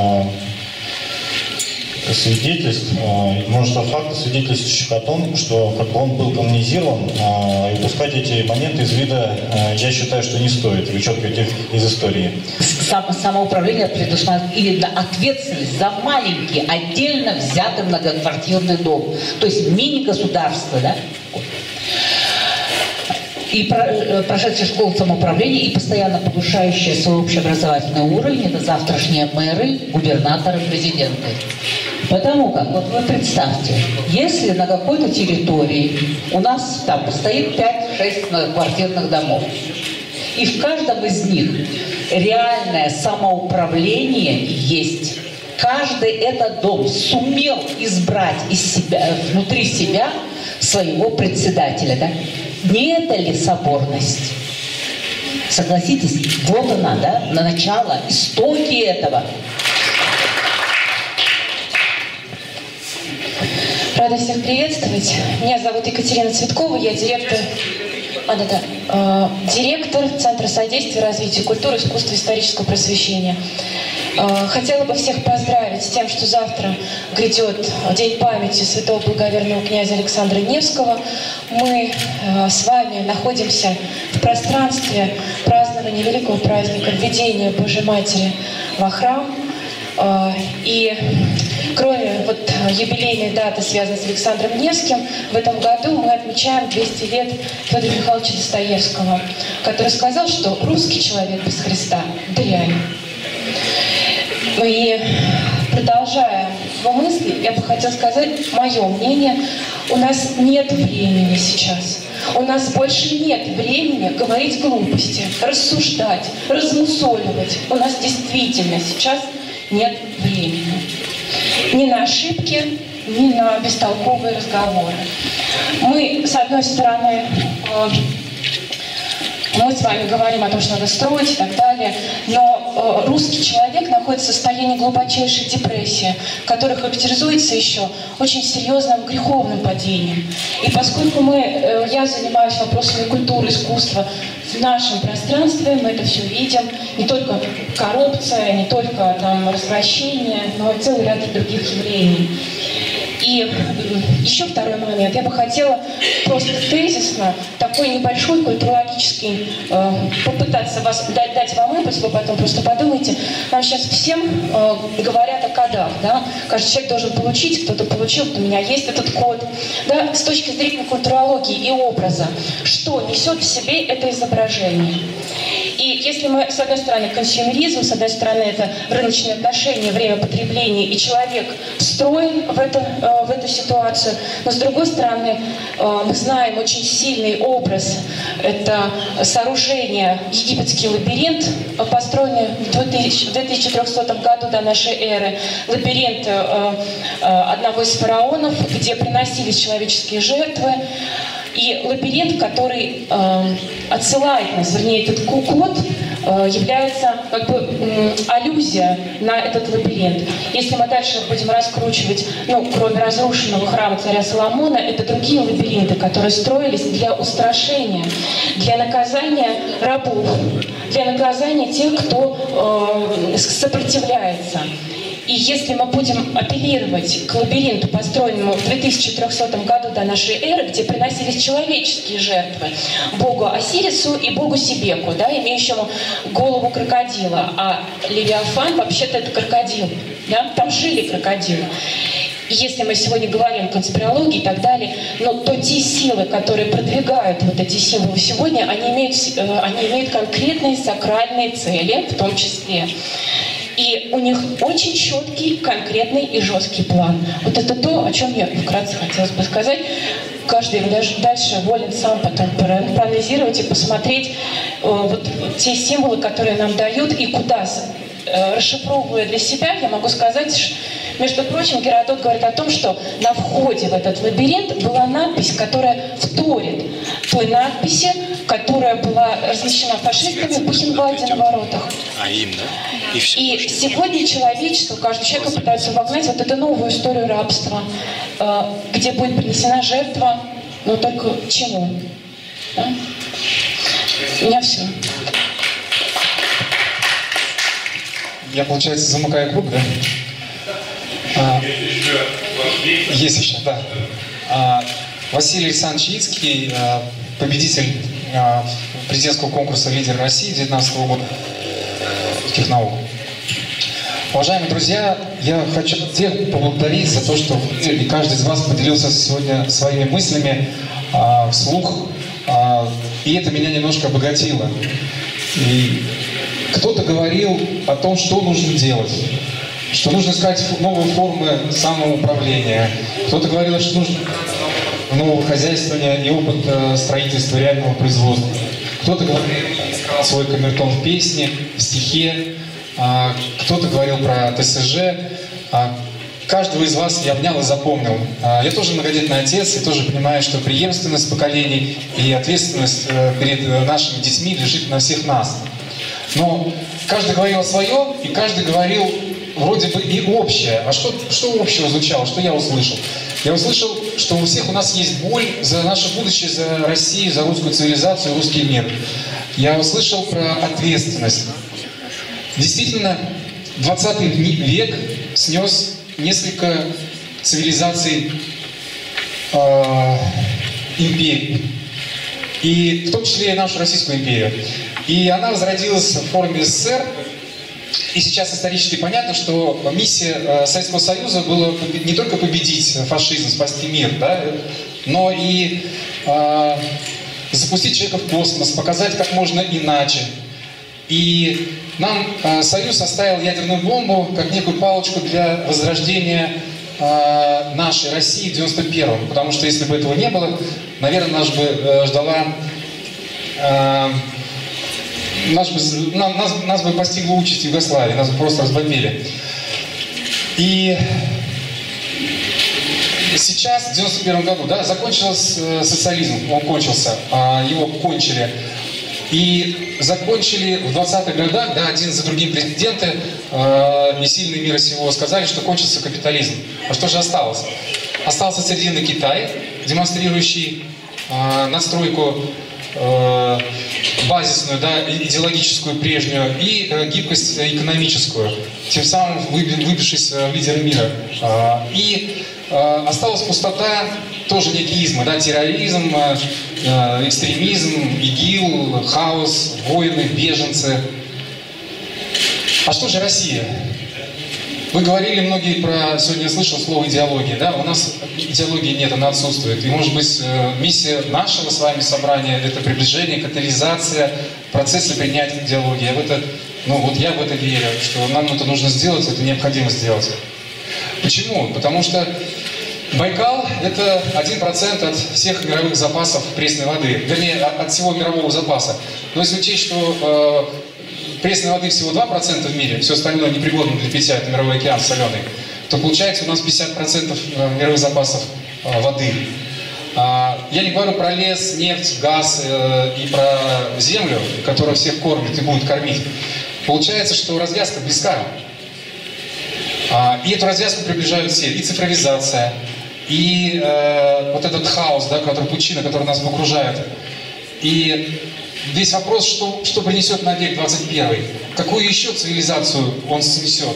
свидетельств, множество фактов, свидетельствующих о том, что как бы он был канонизирован, и упускать эти моменты из вида, я считаю, что не стоит, вычеркивать их из истории. Самоуправление предусматривает именно ответственность за маленький, отдельно взятый многоквартирный дом. То есть мини-государство, да? и прошедшие школу самоуправления и постоянно повышающие свой общеобразовательный уровень, это завтрашние мэры, губернаторы, президенты. Потому как, вот вы представьте, если на какой-то территории у нас там стоит 5-6 многоквартирных домов, и в каждом из них реальное самоуправление есть. Каждый этот дом сумел избрать внутри себя своего председателя. Да? Не это ли соборность? Согласитесь, вот она, да, на начало, истоки этого. Рада всех приветствовать. Меня зовут Екатерина Цветкова, я директор Центра содействия развитию культуры, искусства и исторического просвещения. Хотела бы всех поздравить с тем, что завтра грядет День памяти святого благоверного князя Александра Невского. Мы с вами находимся в пространстве празднования великого праздника введения Божьей Матери во храм. И кроме юбилейной даты, связанной с Александром Невским, в этом году мы отмечаем 200 лет Федора Михайловича Достоевского, который сказал, что русский человек без Христа – дрянь. И продолжая его мысли, я бы хотела сказать мое мнение. У нас нет времени сейчас. У нас больше нет времени говорить глупости, рассуждать, размусоливать. У нас действительно сейчас нет времени. Ни на ошибки, ни на бестолковые разговоры. Мы, с одной стороны, мы с вами говорим о том, что надо строить и так далее, но русский человек находится в состоянии глубочайшей депрессии, которая характеризуется еще очень серьезным греховным падением. И поскольку я занимаюсь вопросами культуры, искусства в нашем пространстве, мы это все видим, не только коррупция, не только развращение, но и целый ряд других явлений. И еще второй момент. Я бы хотела просто тезисно такой небольшой культурологический попытаться дать вам импульс, вы потом просто подумайте. Нам сейчас всем говорят о кодах. Да? Каждый человек должен получить, кто-то получил, у меня есть этот код. Да? С точки зрения культурологии и образа, что несет в себе это изображение. И если мы, с одной стороны, консюмеризм, с одной стороны, это рыночные отношения, время потребления, и человек встроен в эту ситуацию, но с другой стороны, мы знаем очень сильный образ. Это сооружение, египетский лабиринт, построенный в 2300 году до нашей эры. Лабиринт одного из фараонов, где приносились человеческие жертвы. И лабиринт, который отсылает нас, вернее, этот код является как бы аллюзия на этот лабиринт. Если мы дальше будем раскручивать, кроме разрушенного храма царя Соломона, это другие лабиринты, которые строились для устрашения, для наказания рабов, для наказания тех, кто сопротивляется. И если мы будем апеллировать к лабиринту, построенному в 2300 году до нашей эры, где приносились человеческие жертвы богу Осирису и богу Себеку, да, имеющему голову крокодила, а Левиафан вообще-то это крокодил, да, там жили крокодилы. И если мы сегодня говорим о конспирологии и так далее, то те силы, которые продвигают вот эти символы сегодня, они имеют конкретные сакральные цели, в том числе. И у них очень четкий, конкретный и жесткий план. Вот это то, о чем я вкратце хотелось бы сказать. Каждый дальше волен сам потом проанализировать и посмотреть вот те символы, которые нам дают, и куда, расшифровывая для себя, я могу сказать, что, между прочим, Геродот говорит о том, что на входе в этот лабиринт была надпись, которая вторит той надписи, которая была размещена фашистами в Бухенвальде на воротах. А им, да? И сегодня человечество, каждый человек пытается вогнать вот эту новую историю рабства, где будет принесена жертва, но только чему? Да? У меня все. Я, получается, замыкаю круг, да? Есть еще, да. Василий Александрович Яицкий, победитель президентского конкурса «Лидер России» 2019 года технолог. Уважаемые друзья, я хочу всех поблагодарить за то, что каждый из вас поделился сегодня своими мыслями вслух. И это меня немножко обогатило. И кто-то говорил о том, что нужно делать. Что нужно искать новые формы самоуправления. Кто-то говорил, что нужно нового хозяйствования и опыт строительства реального производства. Кто-то говорил, искал свой камертон в песне, в стихе. Кто-то говорил про ТСЖ. Каждого из вас я обнял и запомнил. Я тоже многодетный отец, и тоже понимаю, что преемственность поколений и ответственность перед нашими детьми лежит на всех нас. Но каждый говорил о своем, и каждый говорил вроде бы и общее. А что общего звучало, что я услышал? Я услышал, что у всех у нас есть боль за наше будущее, за Россию, за русскую цивилизацию, русский мир. Я услышал про ответственность. Действительно, 20 век снес несколько цивилизаций империй. И в том числе и нашу Российскую империю. И она возродилась в форме СССР. И сейчас исторически понятно, что миссия Советского Союза была не только победить фашизм, спасти мир, да, но и запустить человека в космос, показать, как можно иначе. И нам Союз оставил ядерную бомбу как некую палочку для возрождения нашей России в 91-м. Потому что если бы этого не было, наверное, нас бы ждала... Нас бы постигла участь Югославии, нас бы просто разбомбили. И сейчас, в 91 году, да, закончился социализм, он кончился, его кончили. И закончили в 20-х годах, да, один за другим президенты и сильные мира сего сказали, что кончился капитализм. А что же осталось? Остался Срединный Китай, демонстрирующий настройку базисную, да, идеологическую прежнюю и гибкость экономическую, тем самым выбившись в лидеры мира. И осталась пустота тоже некие измы, да, терроризм, экстремизм, ИГИЛ, хаос, войны, беженцы. А что же Россия? Вы говорили многие про, сегодня я слышал слово идеология, да, у нас идеологии нет, она отсутствует. И может быть миссия нашего с вами собрания – это приближение, катализация процесса принятия идеологии. Я в это верю, что нам это нужно сделать, это необходимо сделать. Почему? Потому что Байкал – это 1% от всех мировых запасов пресной воды, вернее, от всего мирового запаса. Но если учесть, что пресной воды всего 2% в мире, все остальное непригодно для питья, это мировой океан соленый, то получается у нас 50% мировых запасов воды. Я не говорю про лес, нефть, газ и про землю, которая всех кормит и будет кормить. Получается, что развязка близка. И эту развязку приближают все. И цифровизация, и вот этот хаос, да, пучина, который нас окружает. И весь вопрос, что принесет на век 21. Какую еще цивилизацию он снесет?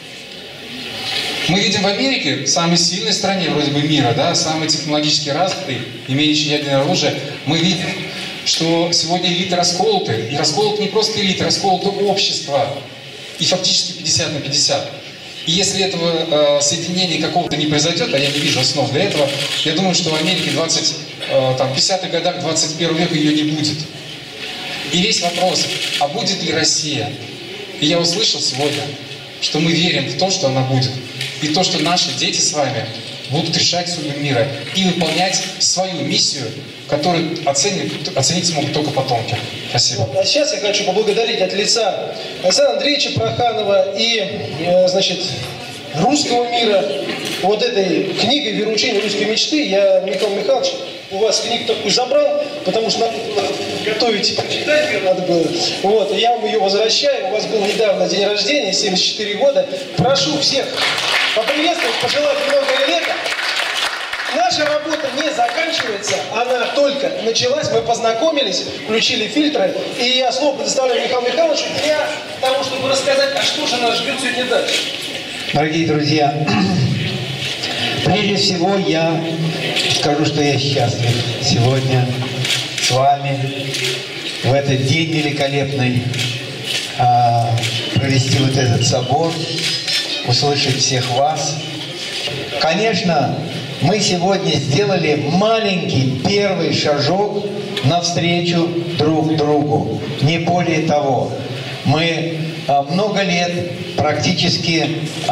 Мы видим в Америке, самой сильной стране вроде бы мира, да, самой технологически развитой, имеющей ядерное оружие, мы видим, что сегодня элиты расколоты. И расколоты не просто элиты, расколото общество. И фактически 50 на 50. И если этого соединения какого-то не произойдет, а я не вижу основ для этого, я думаю, что в Америке в 50-х годах 21 века ее не будет. И весь вопрос, а будет ли Россия? И я услышал сегодня, что мы верим в то, что она будет. И то, что наши дети с вами будут решать судьбу мира и выполнять свою миссию, которую оценить смогут только потомки. Спасибо. А сейчас я хочу поблагодарить от лица Александра Андреевича Проханова и, русского мира вот этой книгой «Вероучение русской мечты». Я, Михаил Михайлович, у вас книгу такую забрал, потому что надо было готовить и прочитать ее надо было. Вот, я вам ее возвращаю. У вас был недавно день рождения, 74 года. Прошу всех поприветствовать, пожелать много лет. Наша работа не заканчивается, она только началась, мы познакомились, включили фильтры, и я слово предоставляю Михаилу Михайловичу для того, чтобы рассказать, а что же нас ждет сегодня дальше. Дорогие друзья, прежде всего я скажу, что я счастлив сегодня с вами в этот день великолепный провести вот этот собор, услышать всех вас. Конечно, мы сегодня сделали маленький первый шажок навстречу друг другу. Не более того. Мы много лет, практически,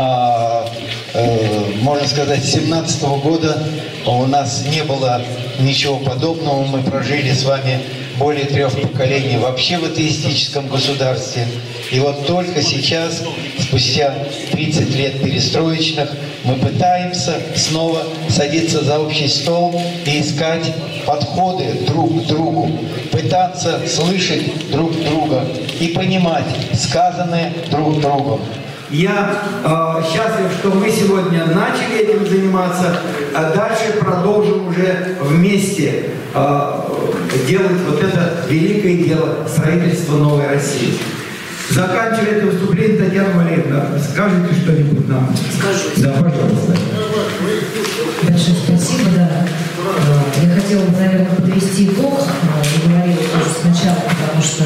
можно сказать, с 17-го года у нас не было ничего подобного. Мы прожили с вами более 3 поколений вообще в атеистическом государстве. И вот только сейчас, спустя 30 лет перестроечных, мы пытаемся снова садиться за общий стол и искать подходы друг к другу, пытаться слышать друг друга и понимать сказанное друг другом. Я счастлив, что мы сегодня начали этим заниматься, а дальше продолжим уже вместе делать вот это великое дело строительства новой России. Заканчивая это выступление, Татьяна Валерьевна, скажите что-нибудь нам? Скажу. Да, пожалуйста. Большое спасибо, да. Я хотела бы, наверное, подвести итог. Я говорила тоже сначала, потому что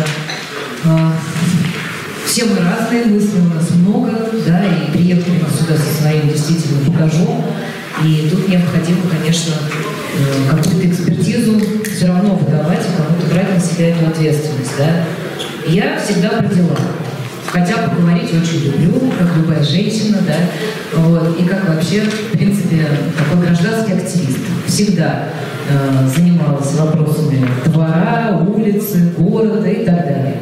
все мы разные, мыслей у нас много, да, и приехали мы сюда со своим действительно багажом. И тут необходимо, конечно, какую-то экспертизу все равно выдавать и кому-то брать на себя эту ответственность, да. Я всегда про дела. Хотя поговорить очень люблю, как любая женщина, да, вот, и как вообще, в принципе, такой гражданский активист. Всегда занималась вопросами двора, улицы, города и так далее.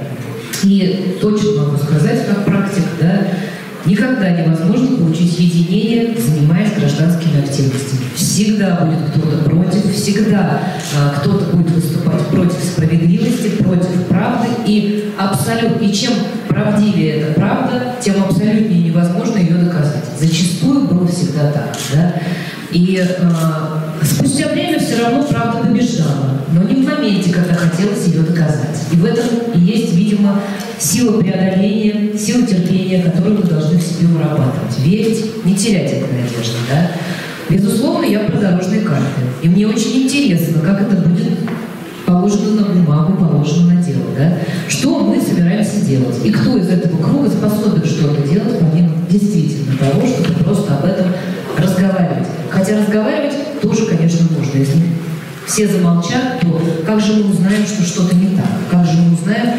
И точно могу сказать, как практик, да, никогда невозможно получить единение, занимаясь гражданскими активностями. Всегда будет кто-то против, всегда кто-то будет выступать против справедливости, против правды. И абсолютно, и чем правдивее эта правда, тем абсолютнее невозможно ее доказать. Зачастую было всегда так. Да? И спустя время все равно правда побеждала, но не в моменте, когда хотелось ее доказать. И в этом и есть, видимо, сила преодоления, сила терпения, которую мы должны в себе вырабатывать. Верить, не терять этой надежды. Да? Безусловно, я про дорожные карты. И мне очень интересно, как это будет положено на бумагу, положено на дело. Да? Что мы собираемся делать? И кто из этого круга способен что-то делать, помимо действительно того, чтобы просто об этом разговаривать. Хотя разговаривать тоже, конечно, нужно. Если все замолчат, то как же мы узнаем, что что-то не так? Как же мы узнаем,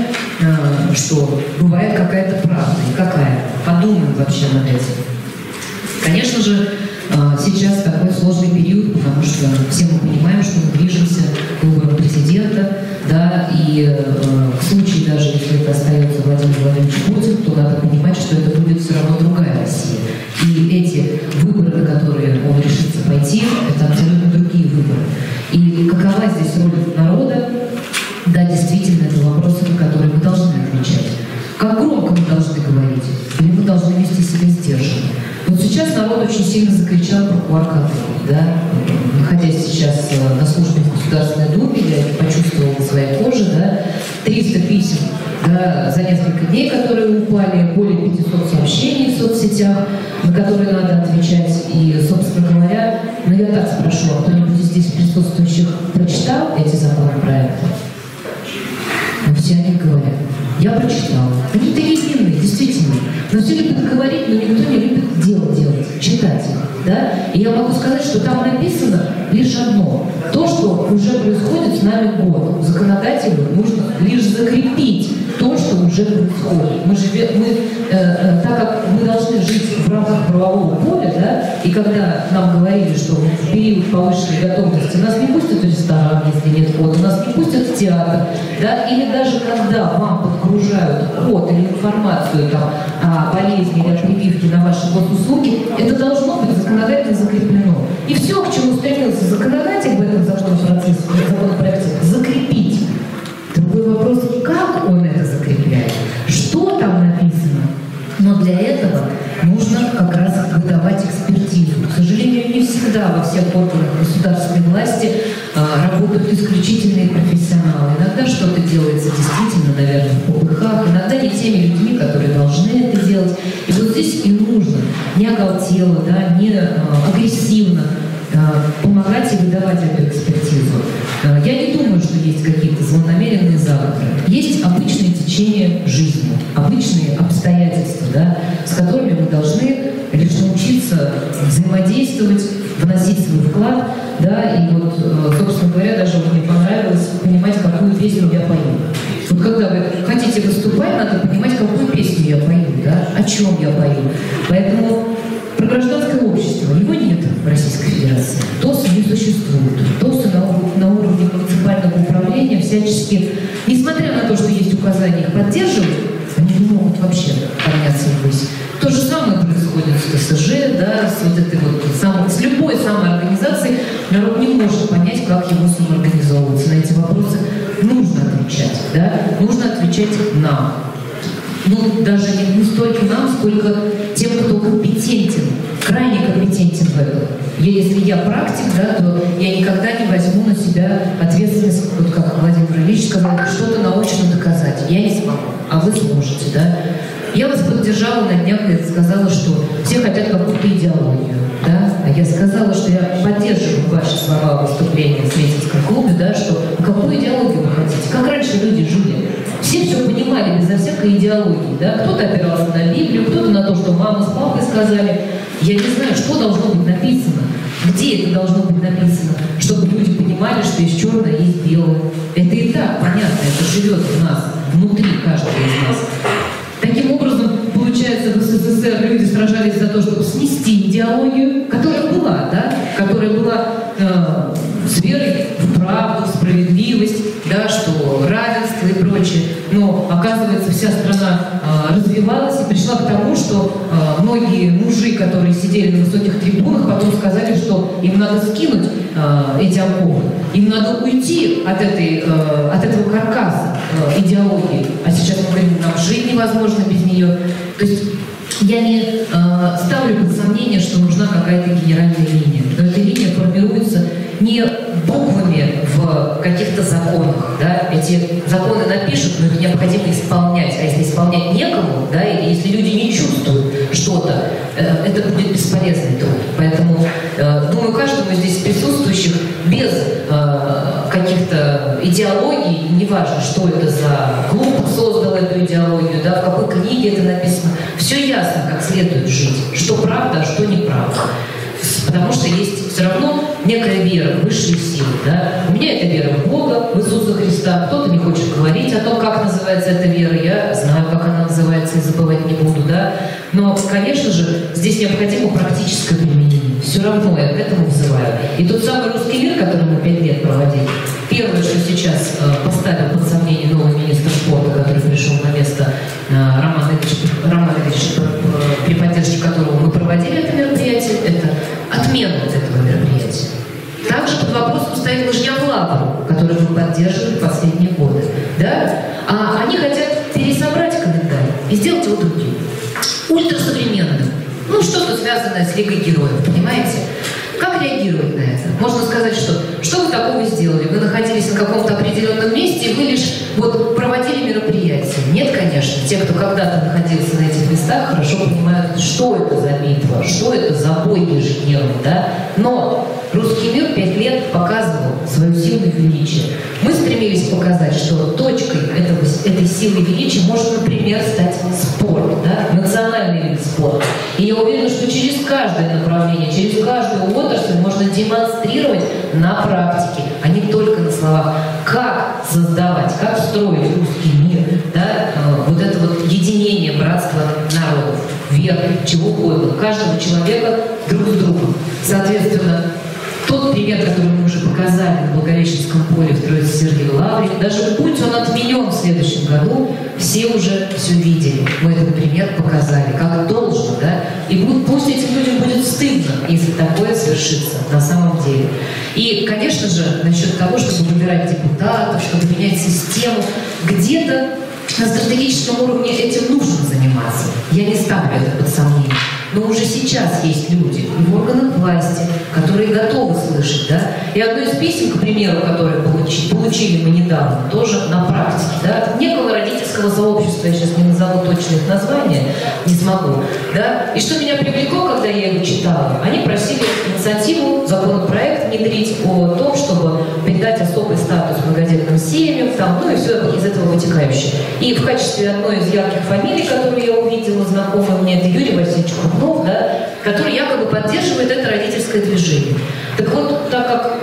что бывает какая-то правда? И какая? Подумаем вообще над этим. Конечно же, сейчас такой сложный период, потому что все мы понимаем, что мы движемся к выборам президента, да, и в случае даже, если это остается Владимир Владимирович Путин, то надо понимать, что это будет все равно другая Россия. И эти выборы, на которые он решится пойти, это абсолютно другие выборы. И какова здесь роль народа? Да, действительно, это вопросы, на которые мы должны отвечать. Как громко мы должны говорить? Или мы должны вести себя сдержанно? Вот сейчас народ очень сильно закричал про QR-коды, да? Находясь сейчас на службе в Государственной Думе, я это почувствовала на своей коже, да? 300 писем, да, за несколько дней, которые упали, более 500 сообщений в соцсетях, на которые надо отвечать. И, собственно говоря, ну я так спрошу, а кто-нибудь из здесь присутствующих прочитал эти законопроекты? Ну, все они говорят. Я прочитала. Они такие длинные, действительно. Но все любят говорить, но никто не любит дело делать, читать их. Да? И я могу сказать, что там написано лишь одно. То, что уже происходит с нами год. Законодателю нужно лишь закрепить то, что уже происходит. Так как мы должны жить в рамках правового поля, да, и когда нам говорили, что в период повышенной готовности нас не пустят в ресторан, если нет кода, нас не пустят в театр, да, или даже когда вам подгружают код или информацию там, о болезни или о прививке на ваши госуслуги, это должно быть законодательно закреплено. И все, к чему стремился законодатель в этом законопроекте, закрепить. Другой вопрос, как он это закрепляет, что там написано. Но для этого нужно как раз выдавать экспертизу. К сожалению, не всегда во всех органах государственной власти работают исключительные профессионалы. Иногда что-то делается действительно, наверное, в попыхах, иногда не теми людьми, которые должны это делать. И вот здесь и нужно не оголтело, да, не агрессивно помогать и выдавать эту экспертизу. Я не думаю, что есть какие-то злонамеренные заговоры. Есть обычные течения жизни, обычные обстоятельства, да, с которыми мы должны лишь научиться взаимодействовать, вносить свой вклад чем я пою. Поэтому про гражданское общество его нет в Российской Федерации. ТОСы не существует. ТОСы на уровне муниципального управления всячески, несмотря на то, что есть указания их поддерживать, они не могут вообще подняться ввысь. То же самое происходит с ТСЖ, да, с вот этой вот с любой самоорганизацией. Народ не может понять, как ему самоорганизовываться. На эти вопросы нужно отвечать, да, нужно отвечать нам. Ну, даже не столько нам, сколько тем, кто компетентен, крайне компетентен в этом. Если я практик, да, то я никогда не возьму на себя ответственность, вот как Владимир Ильич сказал, что-то научно доказать. Я не смогу, а вы сможете, да. Я вас поддержала на днях и сказала, что все хотят какую-то идеологию, да, а я сказала, что я поддерживаю ваши слова выступления в Сретенском клубе, да, что какую идеологию вы хотите, как раньше люди жили. Все понимали безо всякой идеологии, да, кто-то опирался на Библию, кто-то на то, что мама с папой сказали. Я не знаю, что должно быть написано, где это должно быть написано, чтобы люди понимали, что есть черное, есть белое. Это и так понятно, это живет в нас, внутри каждого из нас. Таким образом, получается, в СССР люди сражались за то, чтобы снести идеологию, которая была, да, которая была с верой в правду, в справедливость, да, что равенство и прочее. Но, оказывается, вся страна развивалась и пришла к тому, что многие мужи, которые сидели на высоких трибунах, потом сказали, что им надо скинуть эти оковы, им надо уйти от этого каркаса идеологии. А сейчас мы говорим, нам жить невозможно без нее. То есть я не ставлю под сомнение, что нужна какая-то генеральная линия. Но эта линия формируется не буквами в каких-то законах. Да? Эти законы напишут, но их необходимо исполнять. А если исполнять некому, да, или если люди не чувствуют что-то, это будет бесполезный труд. Поэтому, думаю, каждому из здесь присутствующих без каких-то идеологий, неважно, что это за клуб создал эту идеологию, да, в какой книге это написано, все ясно, как следует жить, что правда, а что неправда. Потому что есть все равно некая вера в высшие силы. Да? У меня это вера в Бога, в Иисуса Христа. Кто-то не хочет говорить о том, как называется эта вера. Я знаю, как она называется, и забывать не буду. Да? Но, конечно же, здесь необходимо практическое применение. Все равно я к этому взываю. И тот самый русский мир, который мы 5 лет проводили, первое, что сейчас поставил под сомнение новый министр спорта, который пришел на место Романа Ильича, при поддержке которого мы проводили это мероприятие, это отмена этого мероприятия. Также под вопросом стоит Лыжняву Лавру, которую мы поддерживали в последние годы. Да? А они хотят пересобрать календарь и сделать его другим, ультрасовременным. Ну, что-то связанное с Лигой Героев, понимаете? Как реагировать на это? Можно сказать, что вы такого сделали? Вы находились на каком-то определенном месте, и вы лишь вот проводили мероприятие. Нет, конечно. Те, кто когда-то находился на этих местах, хорошо понимают, что это за битва, что это за бой ежедневный, да? Но русский мир 5 лет показывал свою силу и величие. Мы стремились показать, что точкой этой силы и величия может, например, стать спорт, да? Национальный вид спорта. И я уверена, что через каждое направление, через каждую отрасль можно демонстрировать на практике, а не только на словах, как создавать, как строить русский мир, да? Вот это вот единение, братство народов, веры, чего угодно, каждого человека друг с другом. Соответственно, тот пример, который мы уже показали на Благовещенском поле в Троице-Сергиевой Лавре, даже будь он отменен в следующем году, все уже все видели. Мы этот пример показали, как должно, да? И пусть этим людям будет стыдно, если такое свершится на самом деле. И, конечно же, насчет того, чтобы выбирать депутатов, чтобы менять систему, где-то на стратегическом уровне этим нужно заниматься. Я не ставлю это под сомнение. Но уже сейчас есть люди в органах власти, которые готовы слышать, да? И одно из писем, к примеру, которое получили мы недавно, тоже на практике, да, от некого родительского сообщества, я сейчас не назову точно их название, не смогу, да? И что меня привлекло, когда я его читала, они просили инициативу, законопроект внедрить о том, чтобы придать особый статус многодетным семьям, там, ну и все из этого вытекающее. И в качестве одной из ярких фамилий, которую я увидела, знакомая мне, это Юрий Васильевич Крупнов, да, который якобы поддерживает это родительское движение. Так вот, так как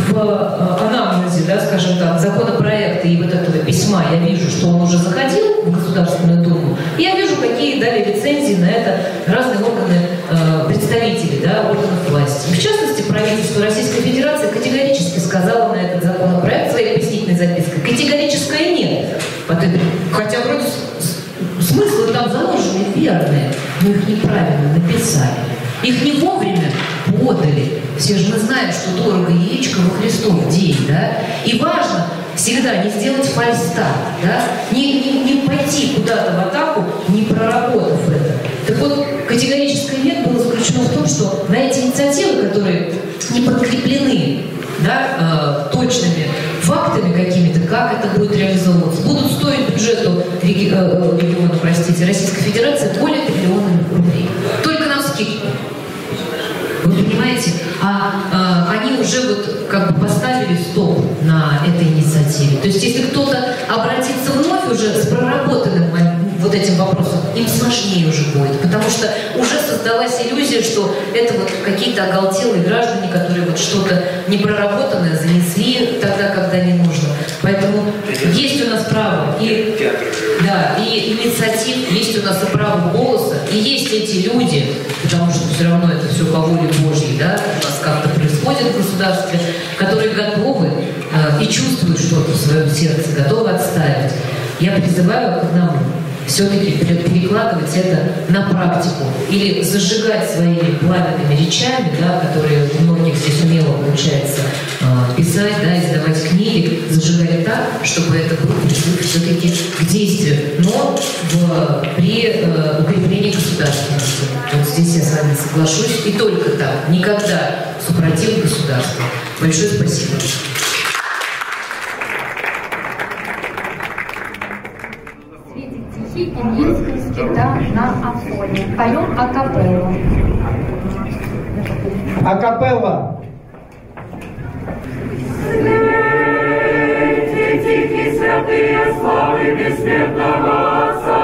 в анамнезе, да, скажем так, законопроекта и вот этого письма я вижу, что он уже заходил в Государственную Думу, и я вижу, какие дали лицензии на это разные органы, представители, да, органов власти. В частности, правительство Российской Федерации категорически сказало на этот законопроект своей пояснительной запиской. Категорическое нет. Хотя вроде смыслы там заложены верные, но их неправильно написали. Их не вовремя подали. Все же мы знаем, что дорого яичко во Христов день, да? И важно всегда не сделать фальстарт, да? Не пойти куда-то в атаку, не проработав это. Так вот, категорическое нет было заключено в том, что на эти инициативы, которые не подкреплены, да, точными фактами какими-то, как это будет реализовываться, будут стоить бюджету региона, простите, Российской Федерации более триллиона рублей. Только на вскидку. Вы понимаете? Они уже вот как бы поставили стоп на этой инициативе. То есть если кто-то обратится вновь уже с проработанным вот этим вопросом, им сложнее уже будет, потому что уже создалась иллюзия, что это вот какие-то оголтелые граждане, которые вот что-то непроработанное занесли тогда, когда не нужно. Поэтому есть у нас право и инициатив, есть у нас и право голоса, и есть эти люди, потому что все равно это все по воле Божьей, да, у нас как-то происходит в государстве, которые готовы и чувствуют что-то в своем сердце, готовы отстаивать. Я призываю к одному: все-таки перекладывать это на практику или зажигать своими пламенными речами, да, которые у многих здесь умело получается писать, да, издавать книги, зажигать так, чтобы это был призыв все-таки к действию, но при укреплении государственности. Вот здесь я с вами соглашусь, и только так, никогда супротив государства. Большое спасибо. И Минская скита на Афоне. Поем акапеллу. Акапелла. Тихие святые славы бессмертного Отца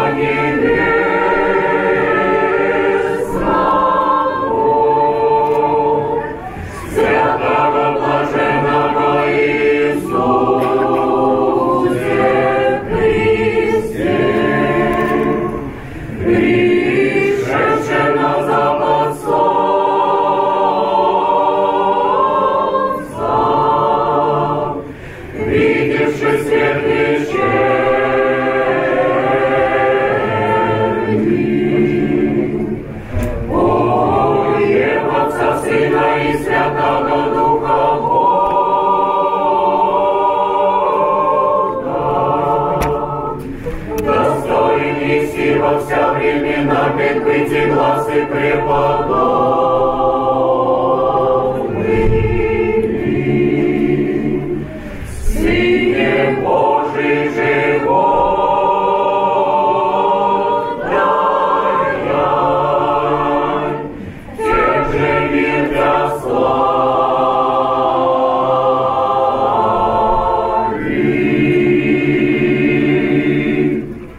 Небесного, святого блаженного Иисусе Христе, пришедший на запад солнца, видевший свет вечерний, поем Отца, Сына и Святого Духа Бога, достоин неси во вся времена пред быть и глаз и преподобный, Сыне Божий живот дай, тех же мир для славы.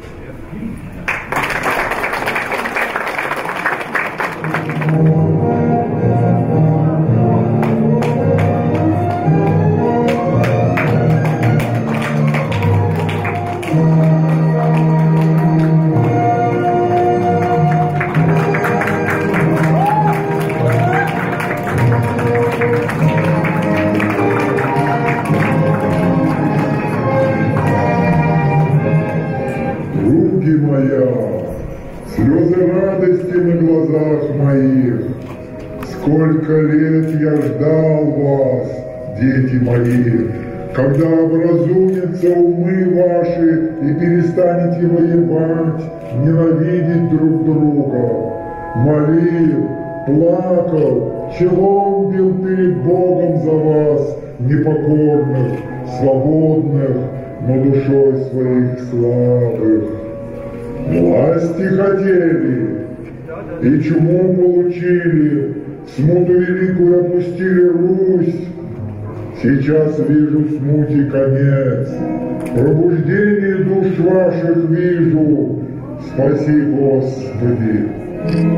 Руки моя, слезы радости на глазах моих. Сколько лет я ждал вас, дети мои, когда образумятся умы ваши и перестанете воевать, ненавидеть друг друга. Молил, плакал, челом бил перед Богом за вас, непокорных, свободных, но душой своих слабых. Власти хотели, и чуму получили, смуту великую опустили Русь. Сейчас вижу смуте конец, пробуждение душ ваших вижу. Спаси, Господи,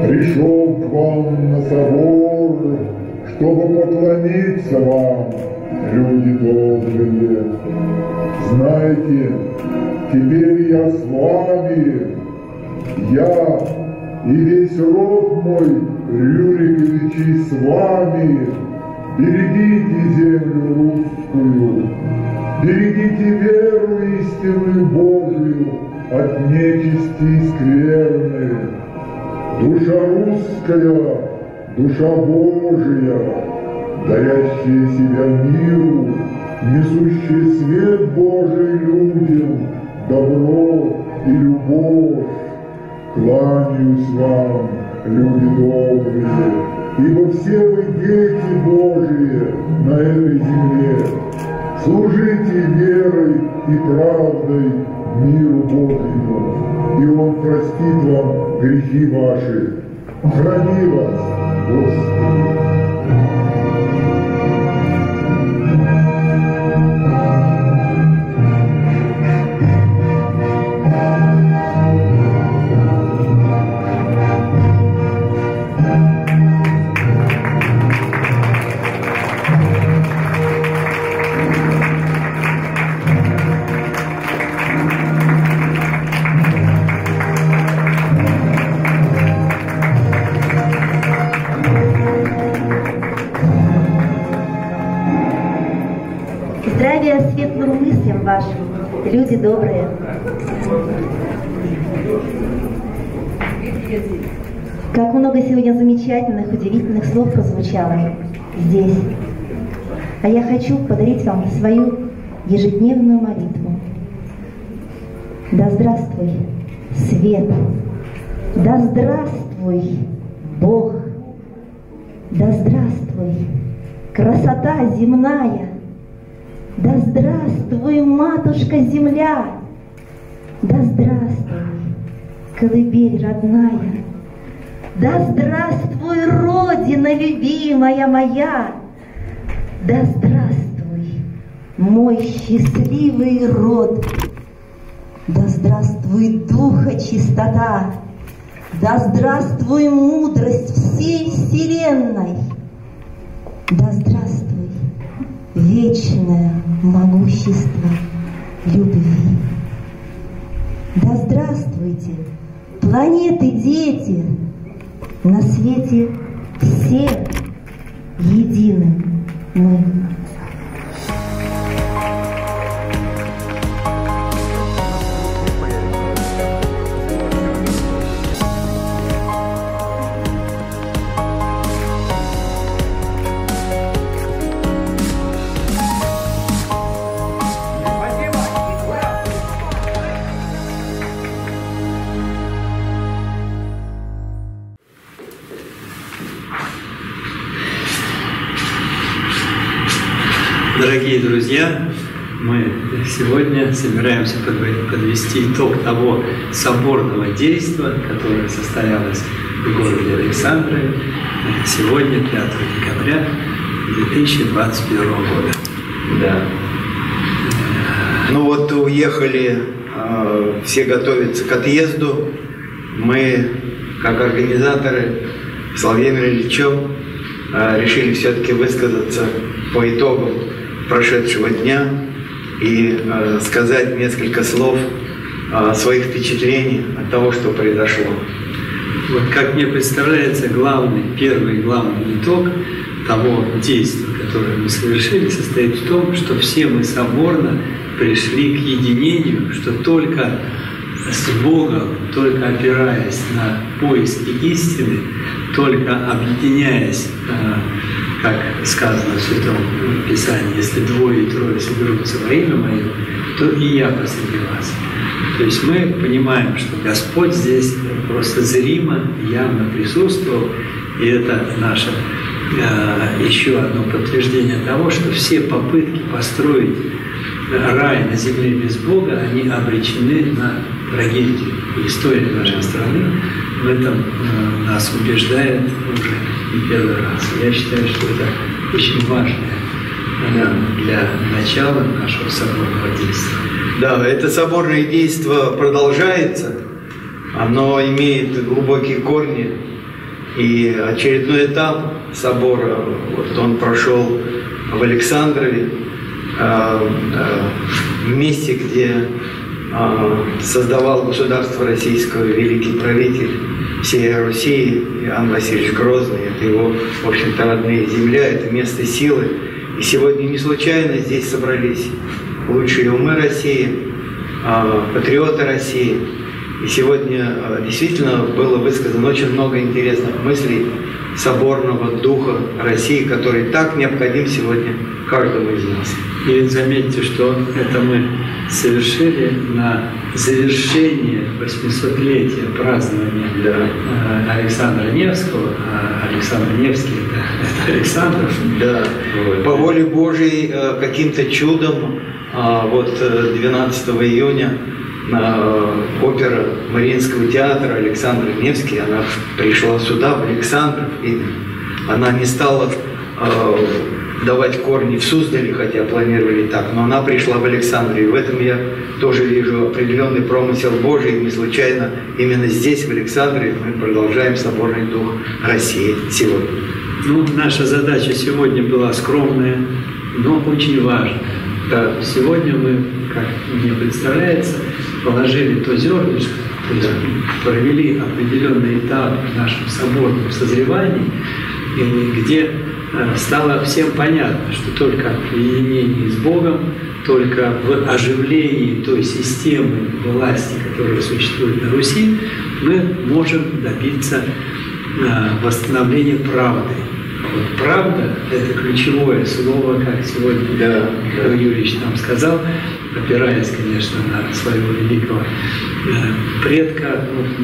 пришел к вам на собор, чтобы поклониться вам. люди добрые. Знаете, теперь я с вами, я и весь род мой, Рюриковичи, с вами. Берегите землю русскую, берегите веру истинную Божию от нечисти и скверны. Душа русская, душа Божия, дарящая себя миру, несущая свет Божий людям, добро и любовь. Кланяюсь вам, люди добрые, ибо все вы дети Божии на этой земле. Служите верой и правдой миру Божьему, и Он простит вам грехи ваши. Храни вас, Господи. Здравия светлым мыслям вашим, люди добрые. Как много сегодня замечательных, удивительных слов прозвучало здесь. А я хочу подарить вам свою ежедневную молитву. Да здравствуй свет, да здравствуй Бог, да здравствуй красота земная, да здравствуй, матушка земля, да здравствуй, колыбель родная, да здравствуй, Родина любимая моя, да здравствуй, мой счастливый род, да здравствуй, духа чистота, да здравствуй, мудрость всей вселенной, да здравствуй, вечное могущество любви. Да здравствуйте, планеты, дети, на свете все единым мы. Дорогие друзья, мы сегодня собираемся подвести итог того соборного действа, которое состоялось в городе Александрове сегодня, 5 декабря 2021 года. Да. Ну вот уехали, все готовятся к отъезду. Мы, как организаторы, с Владимиром Ильичем решили все-таки высказаться по итогам прошедшего дня и сказать несколько слов своих впечатлений от того, что произошло. Вот как мне представляется, первый главный итог того действия, которое мы совершили, состоит в том, что все мы соборно пришли к единению, что только с Богом, только опираясь на поиски истины, только объединяясь, как сказано в Святом Писании, если двое и трое соберутся во имя Мое, то и я посреди вас. То есть мы понимаем, что Господь здесь просто зримо, явно присутствовал, и это наше еще одно подтверждение того, что все попытки построить рай на земле без Бога, они обречены на трагедию. И история нашей страны в этом нас убеждает уже не первый раз. Я считаю, что это очень важное для начала нашего соборного действия. Да, это соборное действо продолжается, оно имеет глубокие корни, и очередной этап собора, вот он прошел в Александрове, в месте, где создавал государство российское великий правитель всей Руси Иоанн Васильевич Грозный. Это его, в общем-то, родная земля, это место силы. И сегодня не случайно здесь собрались лучшие умы России, патриоты России. И сегодня действительно было высказано очень много интересных мыслей соборного духа России, который так необходим сегодня каждому из нас. И заметьте, что это мы совершили на завершение 800-летия празднования Александра Невского. Александр Невский – это Александров. Да. По воле Божьей каким-то чудом вот 12 июня опера Мариинского театра Александр Невский, она пришла сюда, в Александров, и она не стала давать корни в Суздале, хотя планировали так, но она пришла в Александрию. И в этом я тоже вижу определенный промысел Божий. Не случайно именно здесь, в Александрии, мы продолжаем соборный дух России сегодня. Ну, наша задача сегодня была скромная, но очень важная. Да, сегодня мы, как мне представляется, положили то зернышко, то есть провели определенный этап в нашем соборном созревании, где стало всем понятно, что только в единении с Богом, только в оживлении той системы власти, которая существует на Руси, мы можем добиться восстановления правды. Вот правда – это ключевое слово, как сегодня Михаил Юрьевич нам сказал, опираясь, конечно, на своего великого предка,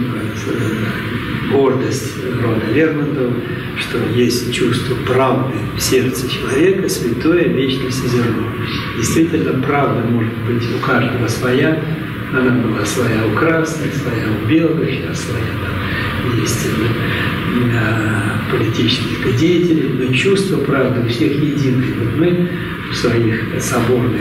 гордость рода Лермонтова, что есть чувство правды в сердце человека, святое, вечное зерно. Действительно, правда может быть у каждого своя. Она была своя у красных, своя у белых, сейчас своя там есть политических деятелей, но чувство правды у всех единое. Вот мы в своих соборных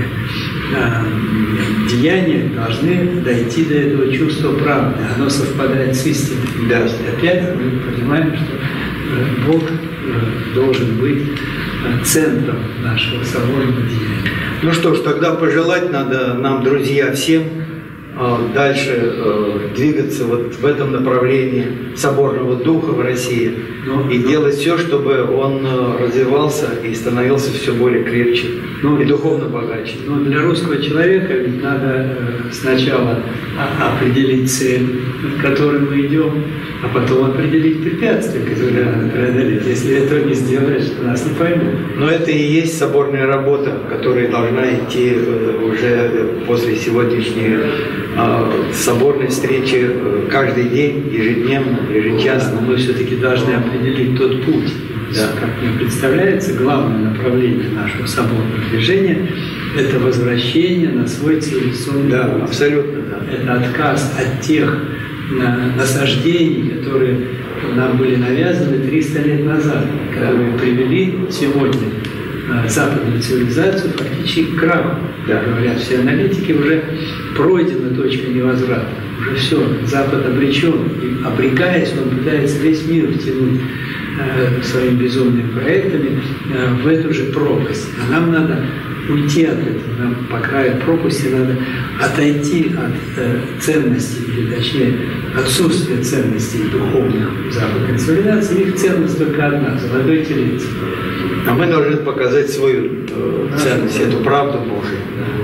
деяниях должны дойти до этого чувства правды. Оно совпадает с истиной. Да. То есть опять мы понимаем, что Бог должен быть центром нашего соборного деяния. Ну что ж, тогда пожелать надо нам, друзья, всем дальше двигаться вот в этом направлении соборного духа в России и делать все, чтобы он развивался и становился все более крепче и духовно богаче. Ну, для русского человека ведь надо сначала определить цель, к которой мы идем, а потом определить препятствия, которые надо преодолеть. Если этого не сделаешь, то нас не поймут. Но это и есть соборная работа, которая должна идти уже после сегодняшней соборной встречи каждый день, ежедневно, ежечасно. Мы все-таки должны определить тот путь. Да. Как мне представляется, главное направление нашего соборного движения – это возвращение на свой цивилизационный путь. Да, абсолютно. Да. Это отказ от тех насаждений, которые нам были навязаны 300 лет назад, которые привели сегодня западную цивилизацию фактически к краху. Да. Говорят все аналитики, уже пройдена точка невозврата. Уже все, Запад обречен. И обрекаясь, он пытается весь мир втянуть своими безумными проектами в эту же пропасть. А нам надо уйти от этого. Нам по краю пропасти надо отойти от ценностей, или точнее отсутствия ценностей духовных западной цивилизации. Их ценность только одна – золотой телец. А мы должны показать свою ценность, эту правду Божию.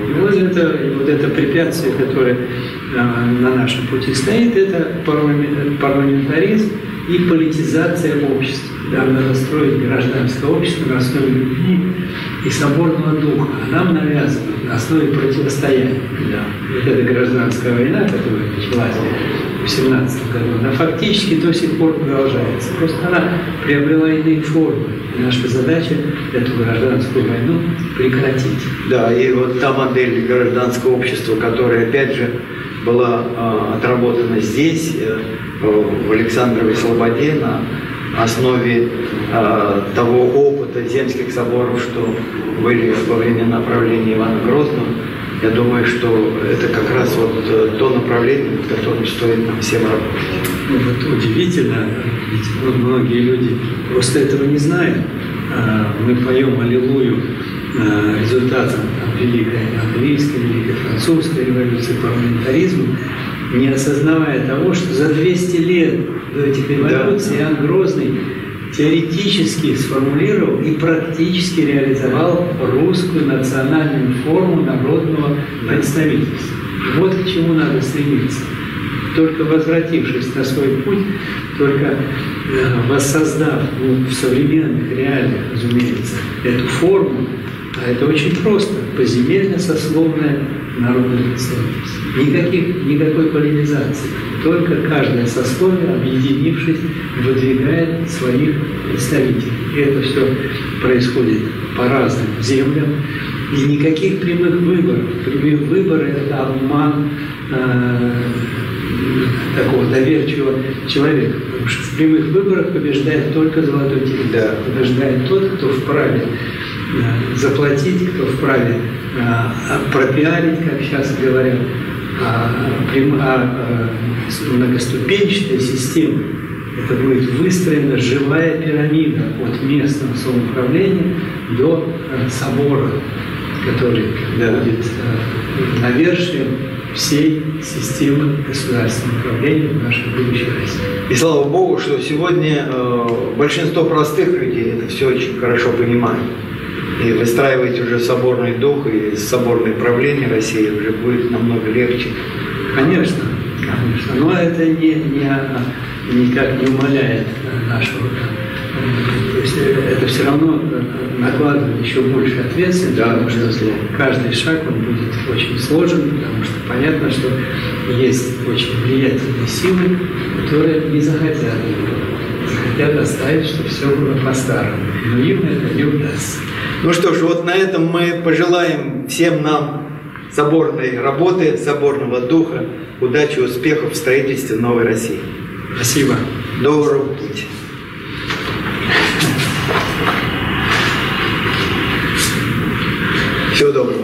И вот это препятствие, которое на нашем пути стоит, это парламентаризм и политизация общества. Да, надо строить гражданское общество на основе любви и соборного духа. А нам навязывают на основе противостояния. Да. Вот эта гражданская война, которая началась в 1917 году, она фактически до сих пор продолжается. Просто она приобрела иные формы. И наша задача эту гражданскую войну прекратить. Да, и вот та модель гражданского общества, которая, опять же, была отработана здесь, в Александровой Слободе, на основе того опыта земских соборов, что были во времена правления Ивана Грозного. Я думаю, что это как раз вот то направление, над которым стоит нам всем работать. Ну, вот удивительно, ведь многие люди просто этого не знают. Мы поем «Аллилуйю» результатом Великой Английской, Великой Французской революции, парламентаризма, не осознавая того, что за 200 лет до этих революций Иоанн Грозный теоретически сформулировал и практически реализовал русскую национальную форму народного представительства. Вот к чему надо стремиться. Только возвратившись на свой путь, только воссоздав в современных реалиях, разумеется, эту форму, а это очень просто, поземельно-сословное народное представительство. Никакой поляризации. Только каждое сословие, объединившись, выдвигает своих представителей. И это все происходит по разным землям. И никаких прямых выборов. Прямые выборы – это обман такого доверчивого человека. Потому что в прямых выборах побеждает только золотой телец. Побеждает тот, кто вправе заплатить, кто вправе пропиарить, как сейчас говорят, многоступенчатой системе. Это будет выстроена живая пирамида от местного самоуправления до собора, который будет навершием всей системы государственного управления в нашей будущей России. И слава Богу, что сегодня большинство простых людей это все очень хорошо понимают. И выстраивать уже соборный дух и соборное правление России уже будет намного легче. Конечно, конечно. Но это никак не умаляет нашего. То есть это все равно накладывает еще больше ответственности, потому что каждый шаг он будет очень сложен, потому что понятно, что есть очень влиятельные силы, которые не захотят оставить, чтобы все было по-старому. Но им это не удастся. Ну что ж, вот на этом мы пожелаем всем нам соборной работы, соборного духа, удачи, успехов в строительстве новой России. Спасибо. Доброго пути. Всего доброго.